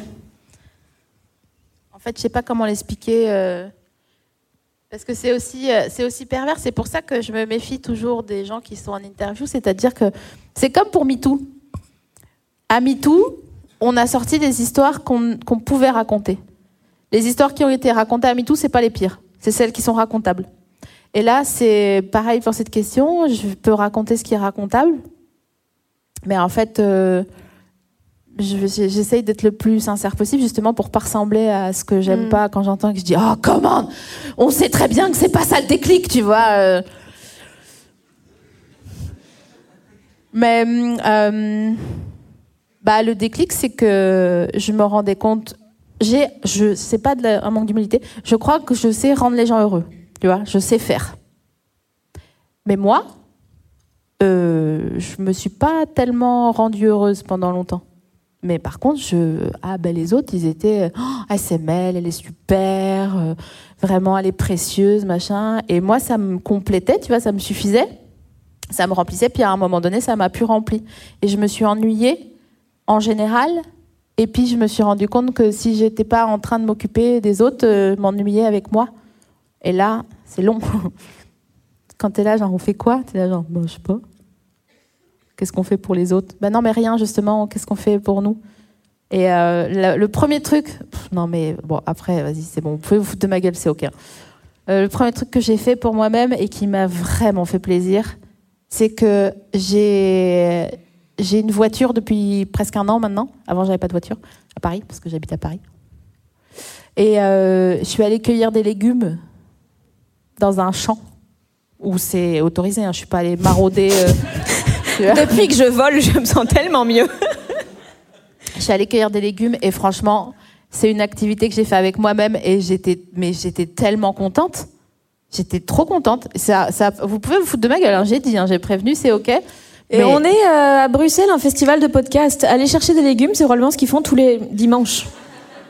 En fait, je sais pas comment l'expliquer. Parce que c'est aussi pervers. C'est pour ça que je me méfie toujours des gens qui sont en interview. C'est-à-dire que c'est comme pour MeToo. À MeToo, on a sorti des histoires qu'on pouvait raconter. Les histoires qui ont été racontées à MeToo, c'est pas les pires. C'est celles qui sont racontables. Et là, c'est pareil pour cette question. Je peux raconter ce qui est racontable. Mais en fait, j'essaye d'être le plus sincère possible, justement, pour pas ressembler à ce que j'aime pas quand j'entends que je dis « Oh, comment ? On sait très bien que c'est pas ça le déclic, tu vois. » Mais le déclic, c'est que je me rendais compte... c'est pas un manque d'humilité. Je crois que je sais rendre les gens heureux. Tu vois, je sais faire. Mais moi, je me suis pas tellement rendue heureuse pendant longtemps. Mais par contre, les autres, ils étaient ASML, elle est super, vraiment, elle est précieuse, machin. Et moi, ça me complétait, tu vois, ça me suffisait, ça me remplissait. Puis à un moment donné, ça m'a plus rempli. Et je me suis ennuyée en général. Et puis, je me suis rendu compte que si j'étais pas en train de m'occuper des autres, m'ennuyer avec moi. Et là, c'est long. Quand t'es là, genre, on fait quoi ? T'es là, genre, je sais pas. Qu'est-ce qu'on fait pour les autres ? Non, mais rien, justement. Qu'est-ce qu'on fait pour nous ? Et le premier truc... non, mais bon, après, vas-y, c'est bon. Vous pouvez vous foutre de ma gueule, c'est OK. Le premier truc que j'ai fait pour moi-même et qui m'a vraiment fait plaisir, c'est que j'ai une voiture depuis presque 1 an maintenant. Avant, j'avais pas de voiture à Paris, parce que j'habite à Paris. Et je suis allée cueillir des légumes dans un champ où c'est autorisé. Je suis pas allée marauder. Depuis que je vole, je me sens tellement mieux. Je suis allée cueillir des légumes et franchement, c'est une activité que j'ai fait avec moi-même et j'étais tellement contente. J'étais trop contente. Vous pouvez vous foutre de ma gueule, j'ai dit, j'ai prévenu, c'est OK. Et on est à Bruxelles, un festival de podcast. Aller chercher des légumes, c'est probablement ce qu'ils font tous les dimanches.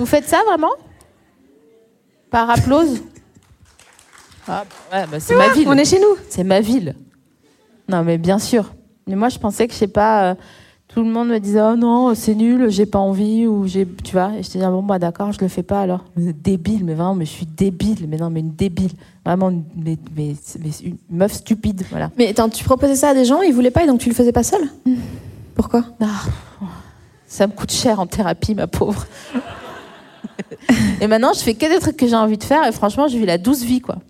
Vous faites ça vraiment? Par applause? Ah, ouais, bah c'est ma ville. On est chez nous. C'est ma ville. Non, mais bien sûr. Mais moi, je pensais que, je sais pas, tout le monde me disait « Oh non, c'est nul, j'ai pas envie. » ou tu vois, et je te disais « Bon, bah d'accord, je le fais pas alors. » Débile, mais vraiment, mais je suis débile. Mais non, mais une débile. Vraiment, mais une meuf stupide, voilà. Mais attends, tu proposais ça à des gens, ils voulaient pas et donc tu le faisais pas seul? Pourquoi? Ça me coûte cher en thérapie, ma pauvre. Et maintenant, je fais que des trucs que j'ai envie de faire et franchement, je vis la douce vie, quoi.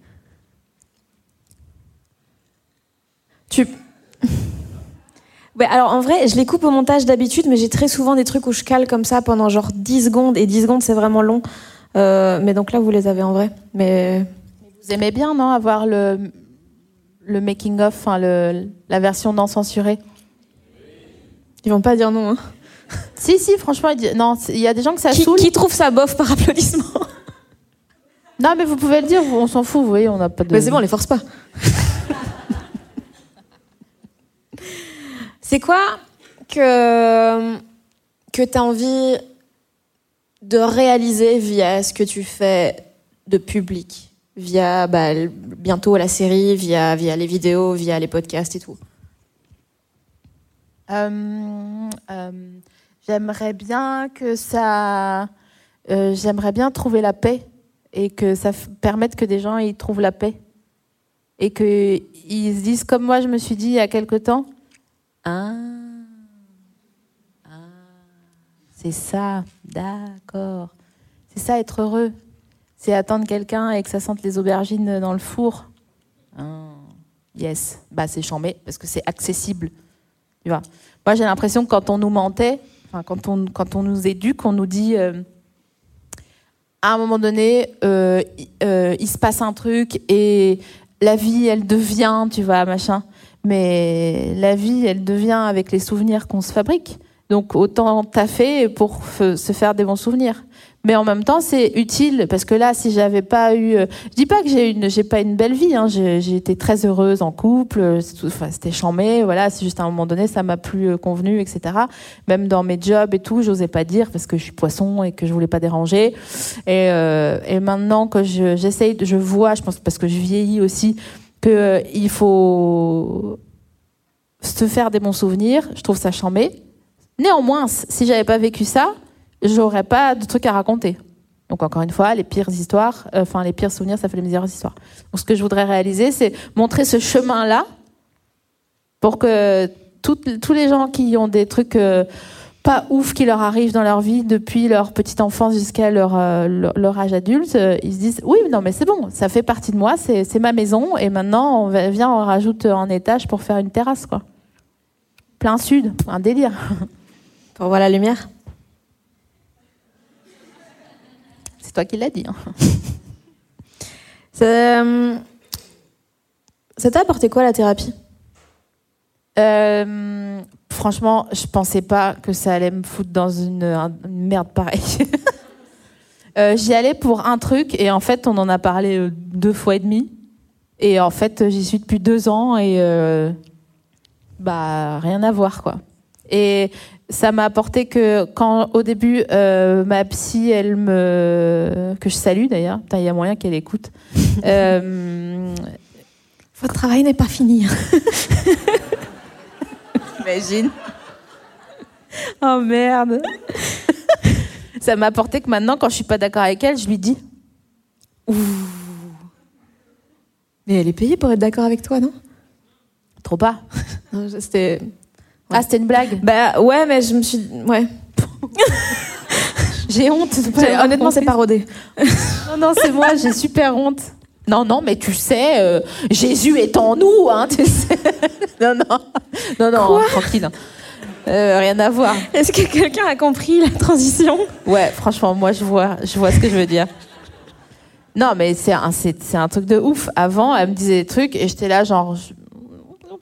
Ouais, alors en vrai, je les coupe au montage d'habitude, mais j'ai très souvent des trucs où je cale comme ça pendant genre 10 secondes, et 10 secondes c'est vraiment long. Mais donc là, vous les avez en vrai. Mais vous aimez bien, non, avoir le making-of, enfin la version non censurée? Ils vont pas dire non. Hein. Si, franchement, non, il y a des gens que ça saoule. Qui trouve ça bof par applaudissement? Non, mais vous pouvez le dire, on s'en fout, vous voyez, on n'a pas de... Mais c'est bon, on les force pas. C'est quoi que tu as envie de réaliser via ce que tu fais de public, via bientôt la série, via les vidéos, via les podcasts et tout? J'aimerais bien que ça... j'aimerais bien trouver la paix et que ça permette que des gens y trouvent la paix. Et qu'ils se disent, comme moi je me suis dit il y a quelque temps, c'est ça, d'accord. C'est ça, être heureux. C'est attendre quelqu'un et que ça sente les aubergines dans le four. Yes, c'est chambé parce que c'est accessible. Tu vois. Moi, j'ai l'impression que quand on nous mentait, quand on nous éduque, on nous dit à un moment donné, il se passe un truc et la vie, elle devient, tu vois, machin. Mais la vie, elle devient avec les souvenirs qu'on se fabrique. Donc, autant taffer pour se faire des bons souvenirs. Mais en même temps, c'est utile parce que là, si j'avais pas eu, je dis pas que j'ai pas une belle vie. Hein, j'ai été très heureuse en couple. C'était chambé. Voilà, c'est juste à un moment donné, ça m'a plus convenu, etc. Même dans mes jobs et tout, j'osais pas dire parce que je suis poisson et que je voulais pas déranger. Et maintenant que j'essaye, je vois, je pense parce que je vieillis aussi, que il faut se faire des bons souvenirs. Je trouve ça chambé. Néanmoins, si j'avais pas vécu ça, j'aurais pas de trucs à raconter. Donc encore une fois, les pires histoires, les pires souvenirs, ça fait les meilleures histoires. Donc ce que je voudrais réaliser, c'est montrer ce chemin-là pour que tous les gens qui ont des trucs pas ouf qui leur arrivent dans leur vie depuis leur petite enfance jusqu'à leur âge adulte, ils se disent oui, non mais c'est bon, ça fait partie de moi, c'est ma maison et maintenant on rajoute un étage pour faire une terrasse, quoi. Plein sud, un délire. Pour voir la lumière. C'est toi qui l'as dit. Hein. Ça t'a apporté quoi la thérapie? Franchement, je pensais pas que ça allait me foutre dans une merde pareille. J'y allais pour un truc et en fait, on en a parlé 2 fois et demi. Et en fait, j'y suis depuis 2 ans et rien à voir, quoi. Et ça m'a apporté que quand au début ma psy, que je salue d'ailleurs, il y a moyen qu'elle écoute. Votre travail n'est pas fini. Imagine. Oh merde. Ça m'a apporté que maintenant, quand je suis pas d'accord avec elle, je lui dis. Ouh. Mais elle est payée pour être d'accord avec toi, non? Trop pas. Non, c'était. Ouais. Ah, c'était une blague? Ouais, mais je me suis... Ouais. J'ai honte. Honnêtement, c'est parodé. Non, c'est moi, j'ai super honte. Non, mais tu sais, Jésus est en nous, hein, tu sais. Non, Quoi? Tranquille. Rien à voir. Est-ce que quelqu'un a compris la transition? Ouais, franchement, moi, je vois ce que je veux dire. Non, mais c'est un truc de ouf. Avant, elle me disait des trucs et j'étais là, genre...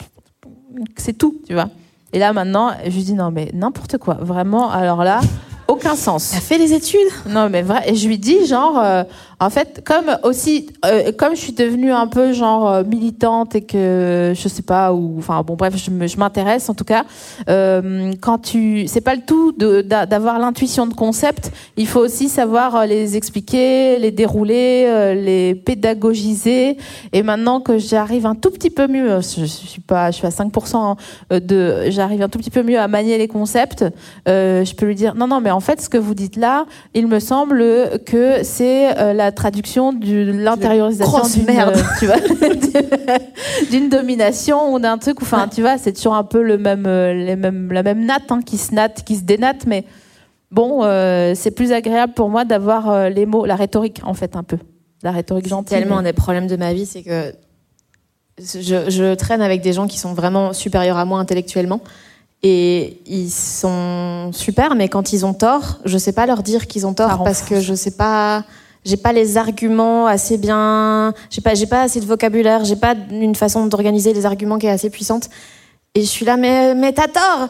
C'est tout, tu vois. Et là, maintenant, je lui dis non, mais n'importe quoi. Vraiment, alors là, aucun sens. T'as fait les études? Non, mais vrai. Et je lui dis, genre, en fait, comme je suis devenue un peu, genre, militante et que, je sais pas, enfin, bon, bref, je m'intéresse, en tout cas, c'est pas le tout d'avoir l'intuition de concept, il faut aussi savoir les expliquer, les dérouler, les pédagogiser. Et maintenant que j'arrive un tout petit peu mieux, je suis à 5%, j'arrive un tout petit peu mieux à manier les concepts, je peux lui dire, non, mais en fait, ce que vous dites là, il me semble que c'est la traduction de l'intériorisation tu vois, d'une domination ou d'un truc, enfin, tu vois, c'est toujours un peu la même natte, qui se dénatte, mais bon, c'est plus agréable pour moi d'avoir les mots, la rhétorique, en fait, un peu. La rhétorique gentille. Tellement un des problèmes de ma vie, c'est que je traîne avec des gens qui sont vraiment supérieurs à moi intellectuellement. Et ils sont super, mais quand ils ont tort, je sais pas leur dire qu'ils ont tort parce que je sais pas, j'ai pas les arguments assez bien, j'ai pas assez de vocabulaire, j'ai pas une façon d'organiser les arguments qui est assez puissante. Et je suis là, mais t'as tort.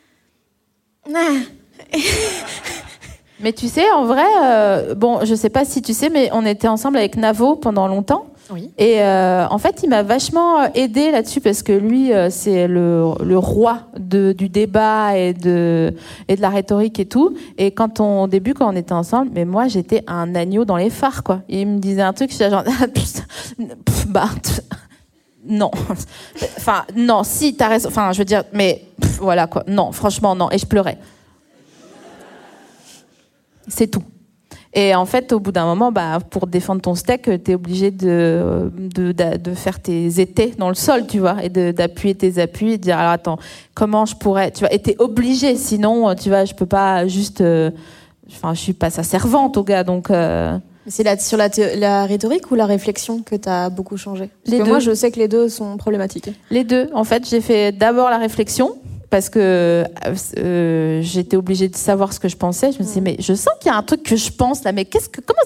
Mais tu sais, en vrai, bon, je sais pas si tu sais, mais on était ensemble avec Navo pendant longtemps. Oui. Et en fait, il m'a vachement aidé là-dessus parce que lui, c'est le roi du débat et de la rhétorique et tout. Et au début, quand on était ensemble, mais moi, j'étais un agneau dans les phares, quoi. Il me disait un truc, j'étais genre, non. Enfin, non, si, t'as raison. Enfin, je veux dire, mais voilà, quoi. Non, franchement, non. Et je pleurais. C'est tout. Et en fait, au bout d'un moment, pour défendre ton steak, t'es obligé de faire tes étais dans le sol, tu vois, et d'appuyer tes appuis et de dire, alors attends, comment je pourrais, tu vois, et t'es obligé, sinon, tu vois, je peux pas juste, je suis pas sa servante au gars, donc. C'est sur la rhétorique ou la réflexion que t'as beaucoup changé? Parce que moi, je sais que les deux sont problématiques. Les deux. En fait, j'ai fait d'abord la réflexion. Parce que j'étais obligée de savoir ce que je pensais. Je me disais, mais je sens qu'il y a un truc que je pense là, mais tu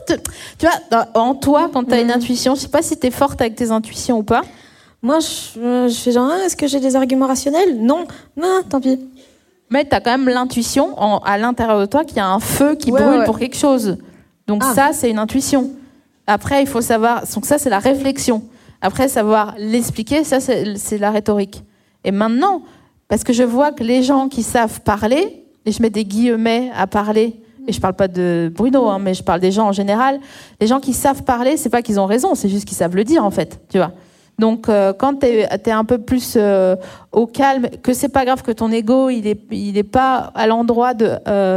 vois, en toi, quand tu as une intuition, je sais pas si tu es forte avec tes intuitions ou pas. Moi, je fais genre, est-ce que j'ai des arguments rationnels? Non, tant pis. Mais tu as quand même l'intuition à l'intérieur de toi qu'il y a un feu qui brûle pour quelque chose. Donc ça, c'est une intuition. Après, il faut savoir, donc ça, c'est la réflexion. Après, savoir l'expliquer, ça, c'est la rhétorique. Et maintenant, parce que je vois que les gens qui savent parler, et je mets des guillemets à parler, et je parle pas de Bruno, mais je parle des gens en général, les gens qui savent parler, c'est pas qu'ils ont raison, c'est juste qu'ils savent le dire en fait, tu vois. Donc quand t'es un peu plus au calme, que c'est pas grave que ton ego il est pas à l'endroit de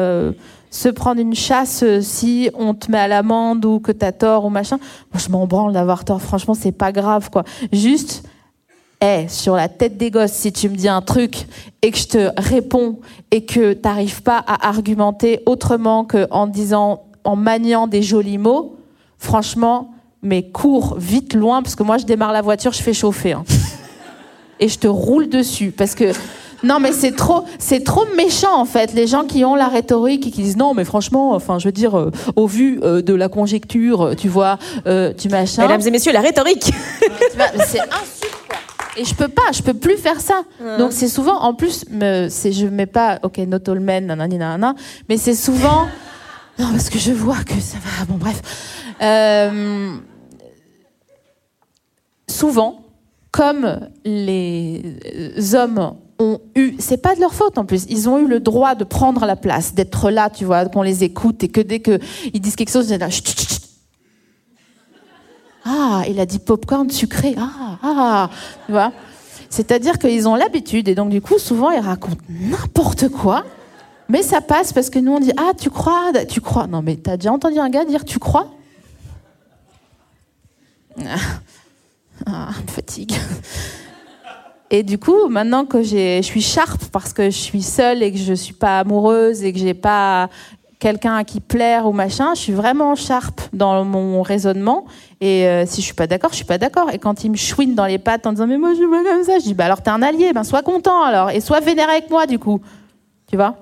se prendre une chasse si on te met à l'amende ou que t'as tort ou machin. Moi je m'en branle d'avoir tort, franchement c'est pas grave quoi. Juste sur la tête des gosses, si tu me dis un truc et que je te réponds et que t'arrives pas à argumenter autrement en maniant des jolis mots, franchement, mais cours vite loin parce que moi je démarre la voiture, je fais chauffer hein. Et je te roule dessus parce que non mais c'est trop méchant en fait les gens qui ont la rhétorique et qui disent non mais franchement enfin je veux dire au vu de la conjecture tu vois tu machin. Mesdames et messieurs la rhétorique. C'est insulte quoi. Et je peux plus faire ça. Donc c'est souvent, en plus, je mets pas, ok, not all men, nanana, mais c'est souvent, non, parce que je vois que ça va, bon bref. Souvent, comme les hommes ont eu, c'est pas de leur faute en plus, ils ont eu le droit de prendre la place, d'être là, tu vois, qu'on les écoute et que dès qu'ils disent quelque chose, ils disent là, chut, chut, chut. Ah, il a dit popcorn sucré. Ah, tu vois. C'est-à-dire qu'ils ont l'habitude et donc du coup, souvent, ils racontent n'importe quoi, mais ça passe parce que nous, on dit ah, tu crois. Non, mais t'as déjà entendu un gars dire tu crois? Me fatigue. Et du coup, maintenant que je suis sharp parce que je suis seule et que je suis pas amoureuse et que j'ai pas quelqu'un à qui plaire ou machin, je suis vraiment sharp dans mon raisonnement et si je suis pas d'accord, je suis pas d'accord. Et quand il me chouine dans les pattes en disant mais moi je suis pas comme ça, je dis bah alors t'es un allié, ben sois content alors et sois vénère avec moi du coup, tu vois.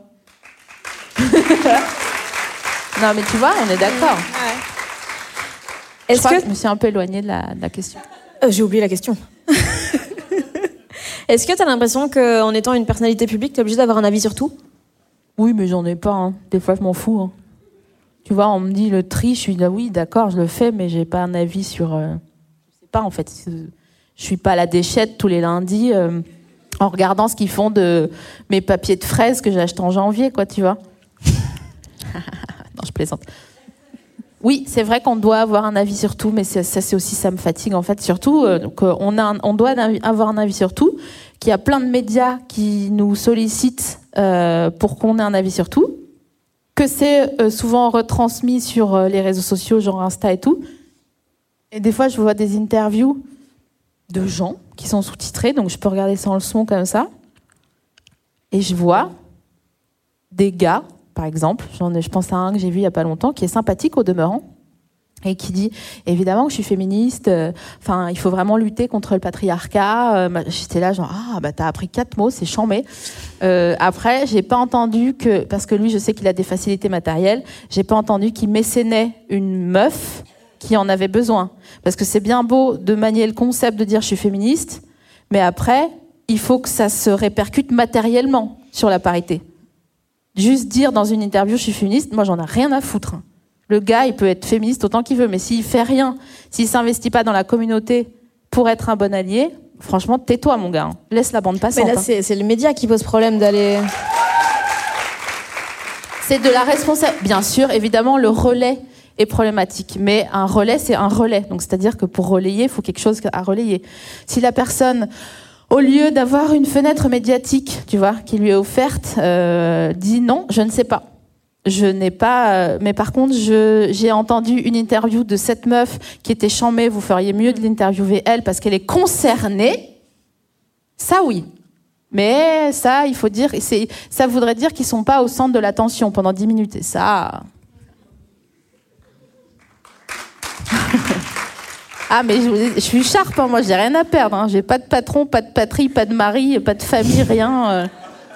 Non mais tu vois, on est d'accord. Ouais. Je crois que je me suis un peu éloignée de la question. J'ai oublié la question. Est-ce que t'as l'impression qu'en étant une personnalité publique, t'es obligée d'avoir un avis sur tout? Oui, mais j'en ai pas. Hein. Des fois, je m'en fous. Hein. Tu vois, on me dit le tri, je suis là, oui, d'accord, je le fais, mais j'ai pas un avis sur. Je sais pas, en fait. Je suis pas à la déchette tous les lundis en regardant ce qu'ils font de mes papiers de fraises que j'ai achetés en janvier, quoi, tu vois. Non, je plaisante. Oui, c'est vrai qu'on doit avoir un avis sur tout, mais c'est aussi, ça me fatigue, en fait, surtout qu'on doit avoir un avis sur tout, qu'il y a plein de médias qui nous sollicitent pour qu'on ait un avis sur tout, que c'est souvent retransmis sur les réseaux sociaux, genre Insta et tout. Et des fois, je vois des interviews de gens qui sont sous-titrés, donc je peux regarder sans le son comme ça. Et je vois des gars, par exemple, je pense à un que j'ai vu il n'y a pas longtemps, qui est sympathique au demeurant, et qui dit, évidemment que je suis féministe, il faut vraiment lutter contre le patriarcat. J'étais là, genre, t'as appris 4 mots, c'est chambé. Après, j'ai pas entendu que, parce que lui, je sais qu'il a des facilités matérielles, j'ai pas entendu qu'il mécénait une meuf qui en avait besoin. Parce que c'est bien beau de manier le concept de dire je suis féministe, mais après, il faut que ça se répercute matériellement sur la parité. Juste dire dans une interview je suis féministe, moi j'en ai rien à foutre. Le gars, il peut être féministe autant qu'il veut, mais s'il fait rien, s'il s'investit pas dans la communauté pour être un bon allié, franchement, tais-toi mon gars. Laisse la bande passante. Mais là, c'est les médias qui posent problème d'aller... C'est de la responsabilité. Bien sûr, évidemment, le relais est problématique. Mais un relais, c'est un relais. Donc, c'est-à-dire que pour relayer, il faut quelque chose à relayer. Si la personne, au lieu d'avoir une fenêtre médiatique, tu vois, qui lui est offerte, dit non, je ne sais pas. Je n'ai pas... mais par contre, j'ai entendu une interview de cette meuf qui était chambée. Vous feriez mieux de l'interviewer, elle, parce qu'elle est concernée. Ça, oui. Mais ça, il faut dire... ça voudrait dire qu'ils ne sont pas au centre de l'attention pendant 10 minutes. Et ça... Ah, mais je suis sharp, hein, moi, j'ai rien à perdre. Hein. J'ai pas de patron, pas de patrie, pas de mari, pas de famille, rien.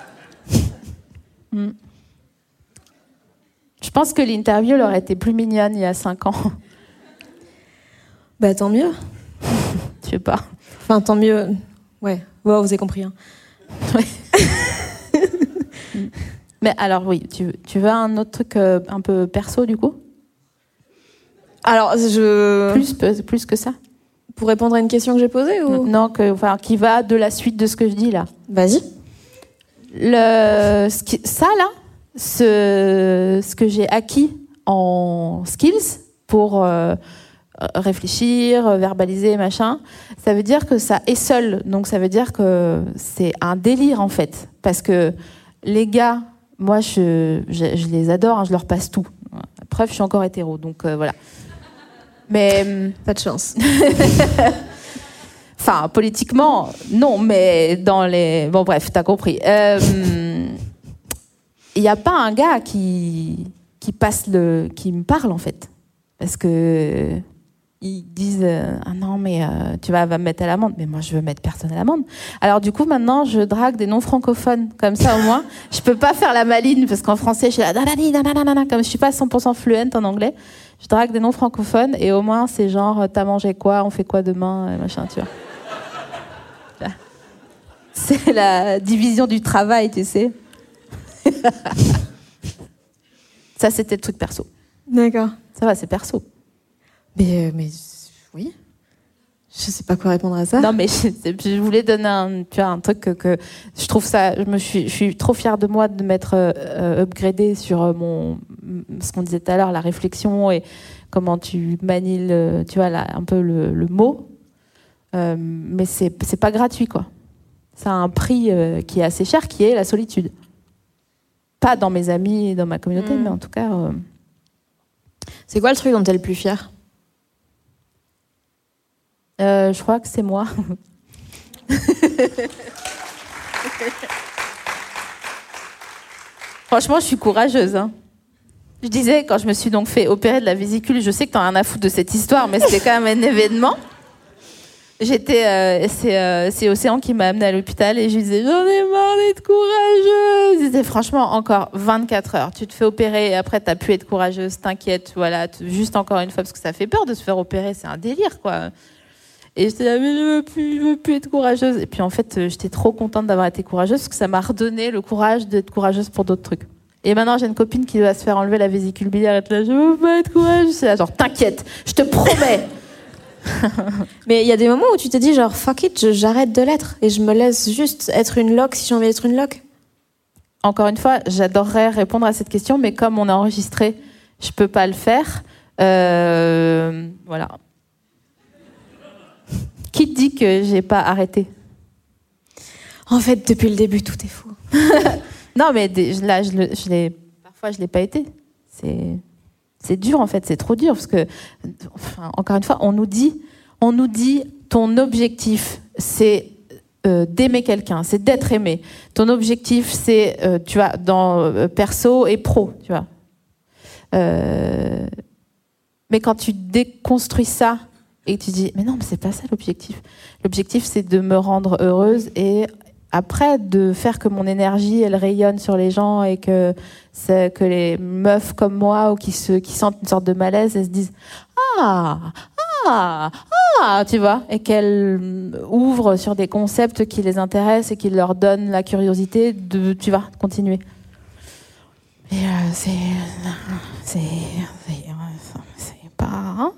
Je pense que l'interview elle aurait été plus mignonne il y a 5 ans. Bah, tant mieux. Je sais pas. Enfin, tant mieux. Ouais, vous avez compris. Hein. Ouais. Mais alors, oui, tu veux un autre truc un peu perso, du coup ? Alors, Plus que ça ? Pour répondre à une question que j'ai posée ou... Non, qui va de la suite de ce que je dis, là. Vas-y. Ce que j'ai acquis en skills pour réfléchir, verbaliser, machin, ça veut dire que ça est seul. Donc ça veut dire que c'est un délire, en fait. Parce que les gars, moi, je les adore, hein, je leur passe tout. Preuve, je suis encore hétéro, donc voilà. Mais... Pas de chance. Enfin, politiquement, non, mais dans les... Bon, bref, t'as compris. Il n'y a pas un gars qui me parle, en fait. Parce que ils disent ah non, mais tu vas me mettre à l'amende. Mais moi, je veux mettre personne à l'amende. Alors, du coup, maintenant, je drague des non-francophones. Comme ça, au moins, je peux pas faire la maline, parce qu'en français, je suis là, comme je suis pas 100% fluente en anglais, je drague des non-francophones, et au moins, c'est genre, t'as mangé quoi, on fait quoi demain, et machin, tu vois. C'est la division du travail, tu sais. Ça, c'était le truc perso. D'accord. Ça va, c'est perso. Mais oui. Je sais pas quoi répondre à ça. Non, mais je voulais donner un truc que je trouve ça... Je suis trop fière de moi de m'être upgradée sur ce qu'on disait tout à l'heure, la réflexion et comment tu manies un peu le mot. Mais c'est pas gratuit, quoi. Ça a un prix qui est assez cher, qui est la solitude. Pas dans mes amis et dans ma communauté, mais en tout cas... C'est quoi le truc dont t'es le plus fière ? Je crois que c'est moi. Franchement, je suis courageuse. Hein. Je disais, quand je me suis donc fait opérer de la vésicule, je sais que t'en as rien à foutre de cette histoire, mais c'était quand même un événement. C'est Océan qui m'a amenée à l'hôpital et je lui disais j'en ai marre d'être courageuse. C'était franchement encore 24 heures. Tu te fais opérer et après t'as pu être courageuse, t'inquiète, voilà, juste encore une fois parce que ça fait peur de se faire opérer, c'est un délire quoi. Et j'étais là mais je veux plus être courageuse. Et puis en fait j'étais trop contente d'avoir été courageuse parce que ça m'a redonné le courage d'être courageuse pour d'autres trucs. Et maintenant, j'ai une copine qui doit se faire enlever la vésicule biliaire. Et là, je veux pas être courageuse. C'est là, genre, t'inquiète, je te promets. Mais il y a des moments où tu te dis genre fuck it, j'arrête de l'être et je me laisse juste être une loque si j'ai envie d'être une loque. Encore une fois, j'adorerais répondre à cette question, mais comme on a enregistré, je peux pas le faire. Voilà. Qui te dit que j'ai pas arrêté ? En fait, depuis le début, tout est faux. Non, mais là, parfois, je l'ai pas été. C'est dur, en fait, c'est trop dur, parce que, enfin, encore une fois, on nous dit, ton objectif, c'est d'aimer quelqu'un, c'est d'être aimé. Ton objectif, c'est, tu vois, dans perso et pro, tu vois. Mais quand tu déconstruis ça et que tu dis, mais non, mais c'est pas ça l'objectif. L'objectif, c'est de me rendre heureuse et après, de faire que mon énergie, elle rayonne sur les gens et que les meufs comme moi ou qui sentent une sorte de malaise, elles se disent tu vois, et qu'elles ouvrent sur des concepts qui les intéressent et qui leur donnent la curiosité de, tu vois, continuer. Et c'est pas,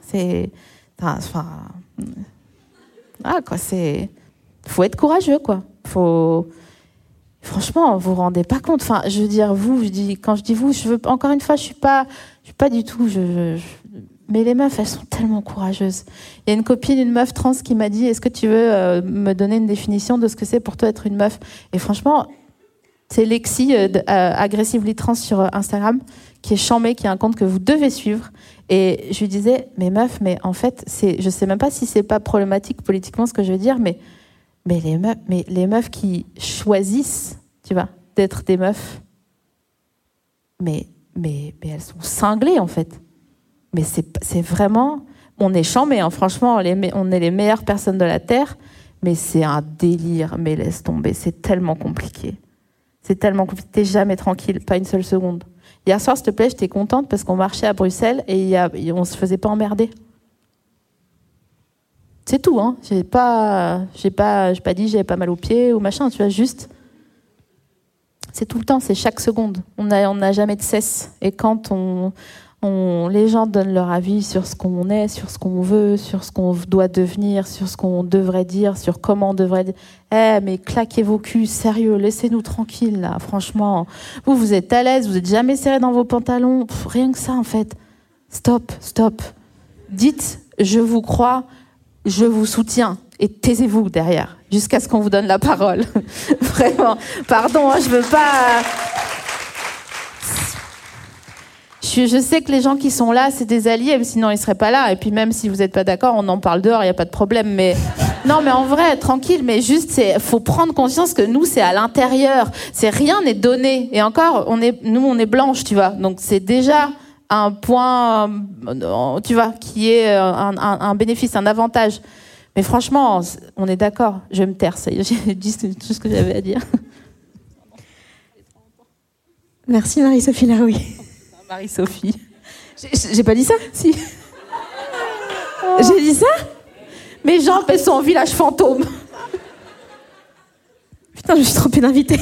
faut être courageux, quoi. Franchement, vous vous rendez pas compte. Enfin, je veux dire, quand je dis vous, encore une fois, je suis pas du tout. Mais les meufs, elles sont tellement courageuses. Il y a une meuf trans qui m'a dit, est-ce que tu veux me donner une définition de ce que c'est pour toi être une meuf ? Et franchement, c'est Lexi, Aggressively Trans sur Instagram, qui est chambée, qui a un compte que vous devez suivre. Et je lui disais, mais meuf, mais en fait, je sais même pas si c'est pas problématique politiquement ce que je veux dire, mais les meufs qui choisissent, tu vois, d'être des meufs, mais elles sont cinglées, en fait. Mais c'est vraiment... On est chambés, hein, franchement, on est les meilleures personnes de la Terre, mais c'est un délire, mais laisse tomber, c'est tellement compliqué. C'est tellement compliqué, t'es jamais tranquille, pas une seule seconde. Hier soir, s'il te plaît, j'étais contente parce qu'on marchait à Bruxelles et on se faisait pas emmerder. C'est tout, hein. J'ai pas dit j'avais pas mal aux pieds ou machin, tu vois, juste. C'est tout le temps, c'est chaque seconde. On n'a jamais de cesse. Et quand les gens donnent leur avis sur ce qu'on est, sur ce qu'on veut, sur ce qu'on doit devenir, sur ce qu'on devrait dire, sur comment on devrait dire. Mais claquez vos culs, sérieux, laissez-nous tranquilles, là, franchement. Vous êtes à l'aise, vous êtes jamais serré dans vos pantalons. Rien que ça, en fait. Stop. Dites, je vous crois, je vous soutiens. Et taisez-vous derrière, jusqu'à ce qu'on vous donne la parole. Vraiment. Pardon, je veux pas... Je sais que les gens qui sont là, c'est des alliés, sinon ils seraient pas là. Et puis même si vous n'êtes pas d'accord, on en parle dehors, il n'y a pas de problème. Mais non, mais en vrai, tranquille. Mais juste, faut prendre conscience que nous, c'est à l'intérieur. Rien n'est donné. Et encore, on est blanches, tu vois. Donc c'est déjà un point, tu vois, qui est un bénéfice, un avantage. Mais franchement, on est d'accord. Je vais me taire. Ça y est, j'ai dit tout ce que j'avais à dire. Merci Marie-Sophie Laroui. Marie-Sophie. J'ai pas dit ça ? Si. J'ai dit ça ? Mes jambes, elles sont en village fantôme. Putain, je me suis trompée d'invité.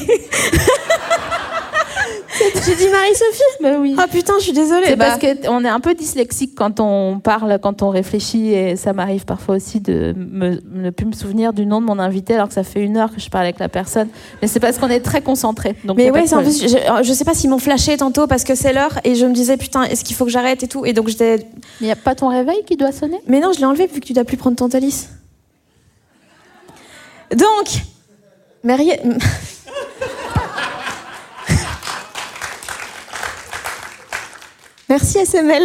J'ai dit Marie-Sophie ? Ben oui. Ah putain, je suis désolée. C'est parce qu'on est un peu dyslexique quand on parle, quand on réfléchit, et ça m'arrive parfois aussi de ne plus me souvenir du nom de mon invité alors que ça fait 1 heure que je parle avec la personne. Mais c'est parce qu'on est très concentrés. Mais ouais, en plus, je sais pas s'ils m'ont flashé tantôt parce que c'est l'heure et je me disais putain, est-ce qu'il faut que j'arrête et tout, et donc j'étais. Il n'y a pas ton réveil qui doit sonner ? Mais non, je l'ai enlevé vu que tu dois plus prendre ton Thalys. Donc, merci SML.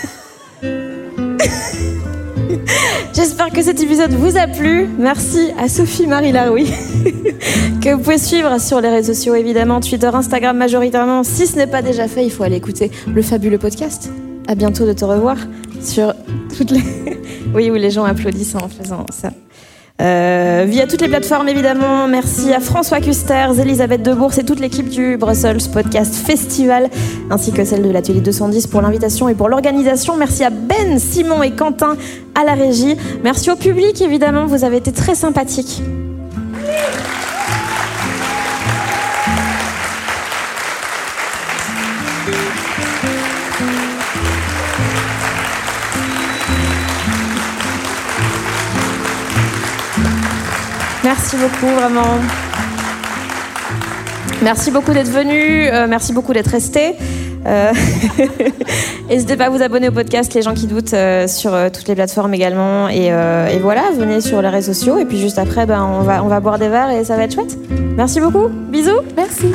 J'espère que cet épisode vous a plu. Merci à Sophie-Marie Laroui que vous pouvez suivre sur les réseaux sociaux, évidemment, Twitter, Instagram majoritairement. Si ce n'est pas déjà fait, il faut aller écouter le fabuleux podcast. À bientôt de te revoir sur toutes les... Oui, où les gens applaudissent en faisant ça. Via toutes les plateformes, évidemment. Merci à François Custers, Elisabeth Debourse et toute l'équipe du Brussels Podcast Festival, ainsi que celle de l'Atelier 210 pour l'invitation et pour l'organisation. Merci à Ben, Simon et Quentin à la régie. Merci au public, évidemment, vous avez été très sympathiques. Merci beaucoup, vraiment. Merci beaucoup d'être venus, merci beaucoup d'être restés. N'hésitez pas à vous abonner au podcast Les gens qui doutent sur toutes les plateformes également. Et voilà, venez sur les réseaux sociaux. Et puis juste après, on va boire des verres et ça va être chouette. Merci beaucoup. Bisous. Merci.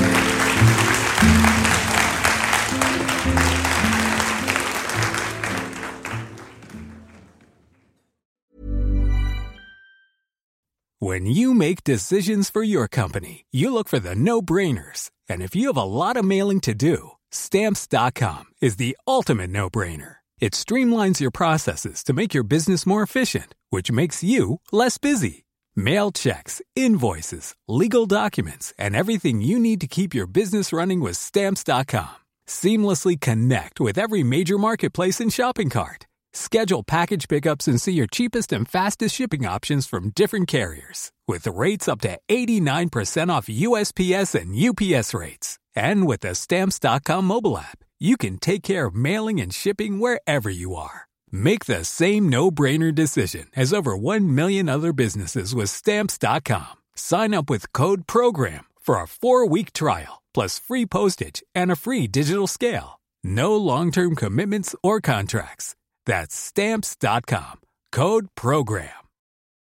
When you make decisions for your company, you look for the no-brainers. And if you have a lot of mailing to do, Stamps.com is the ultimate no-brainer. It streamlines your processes to make your business more efficient, which makes you less busy. Mail checks, invoices, legal documents, and everything you need to keep your business running with Stamps.com. Seamlessly connect with every major marketplace and shopping cart. Schedule package pickups and see your cheapest and fastest shipping options from different carriers. With rates up to 89% off USPS and UPS rates. And with the Stamps.com mobile app, you can take care of mailing and shipping wherever you are. Make the same no-brainer decision as over 1 million other businesses with Stamps.com. Sign up with code PROGRAM for a 4-week trial, plus free postage and a free digital scale. No long-term commitments or contracts. That's Stamps.com. Code PROGRAM.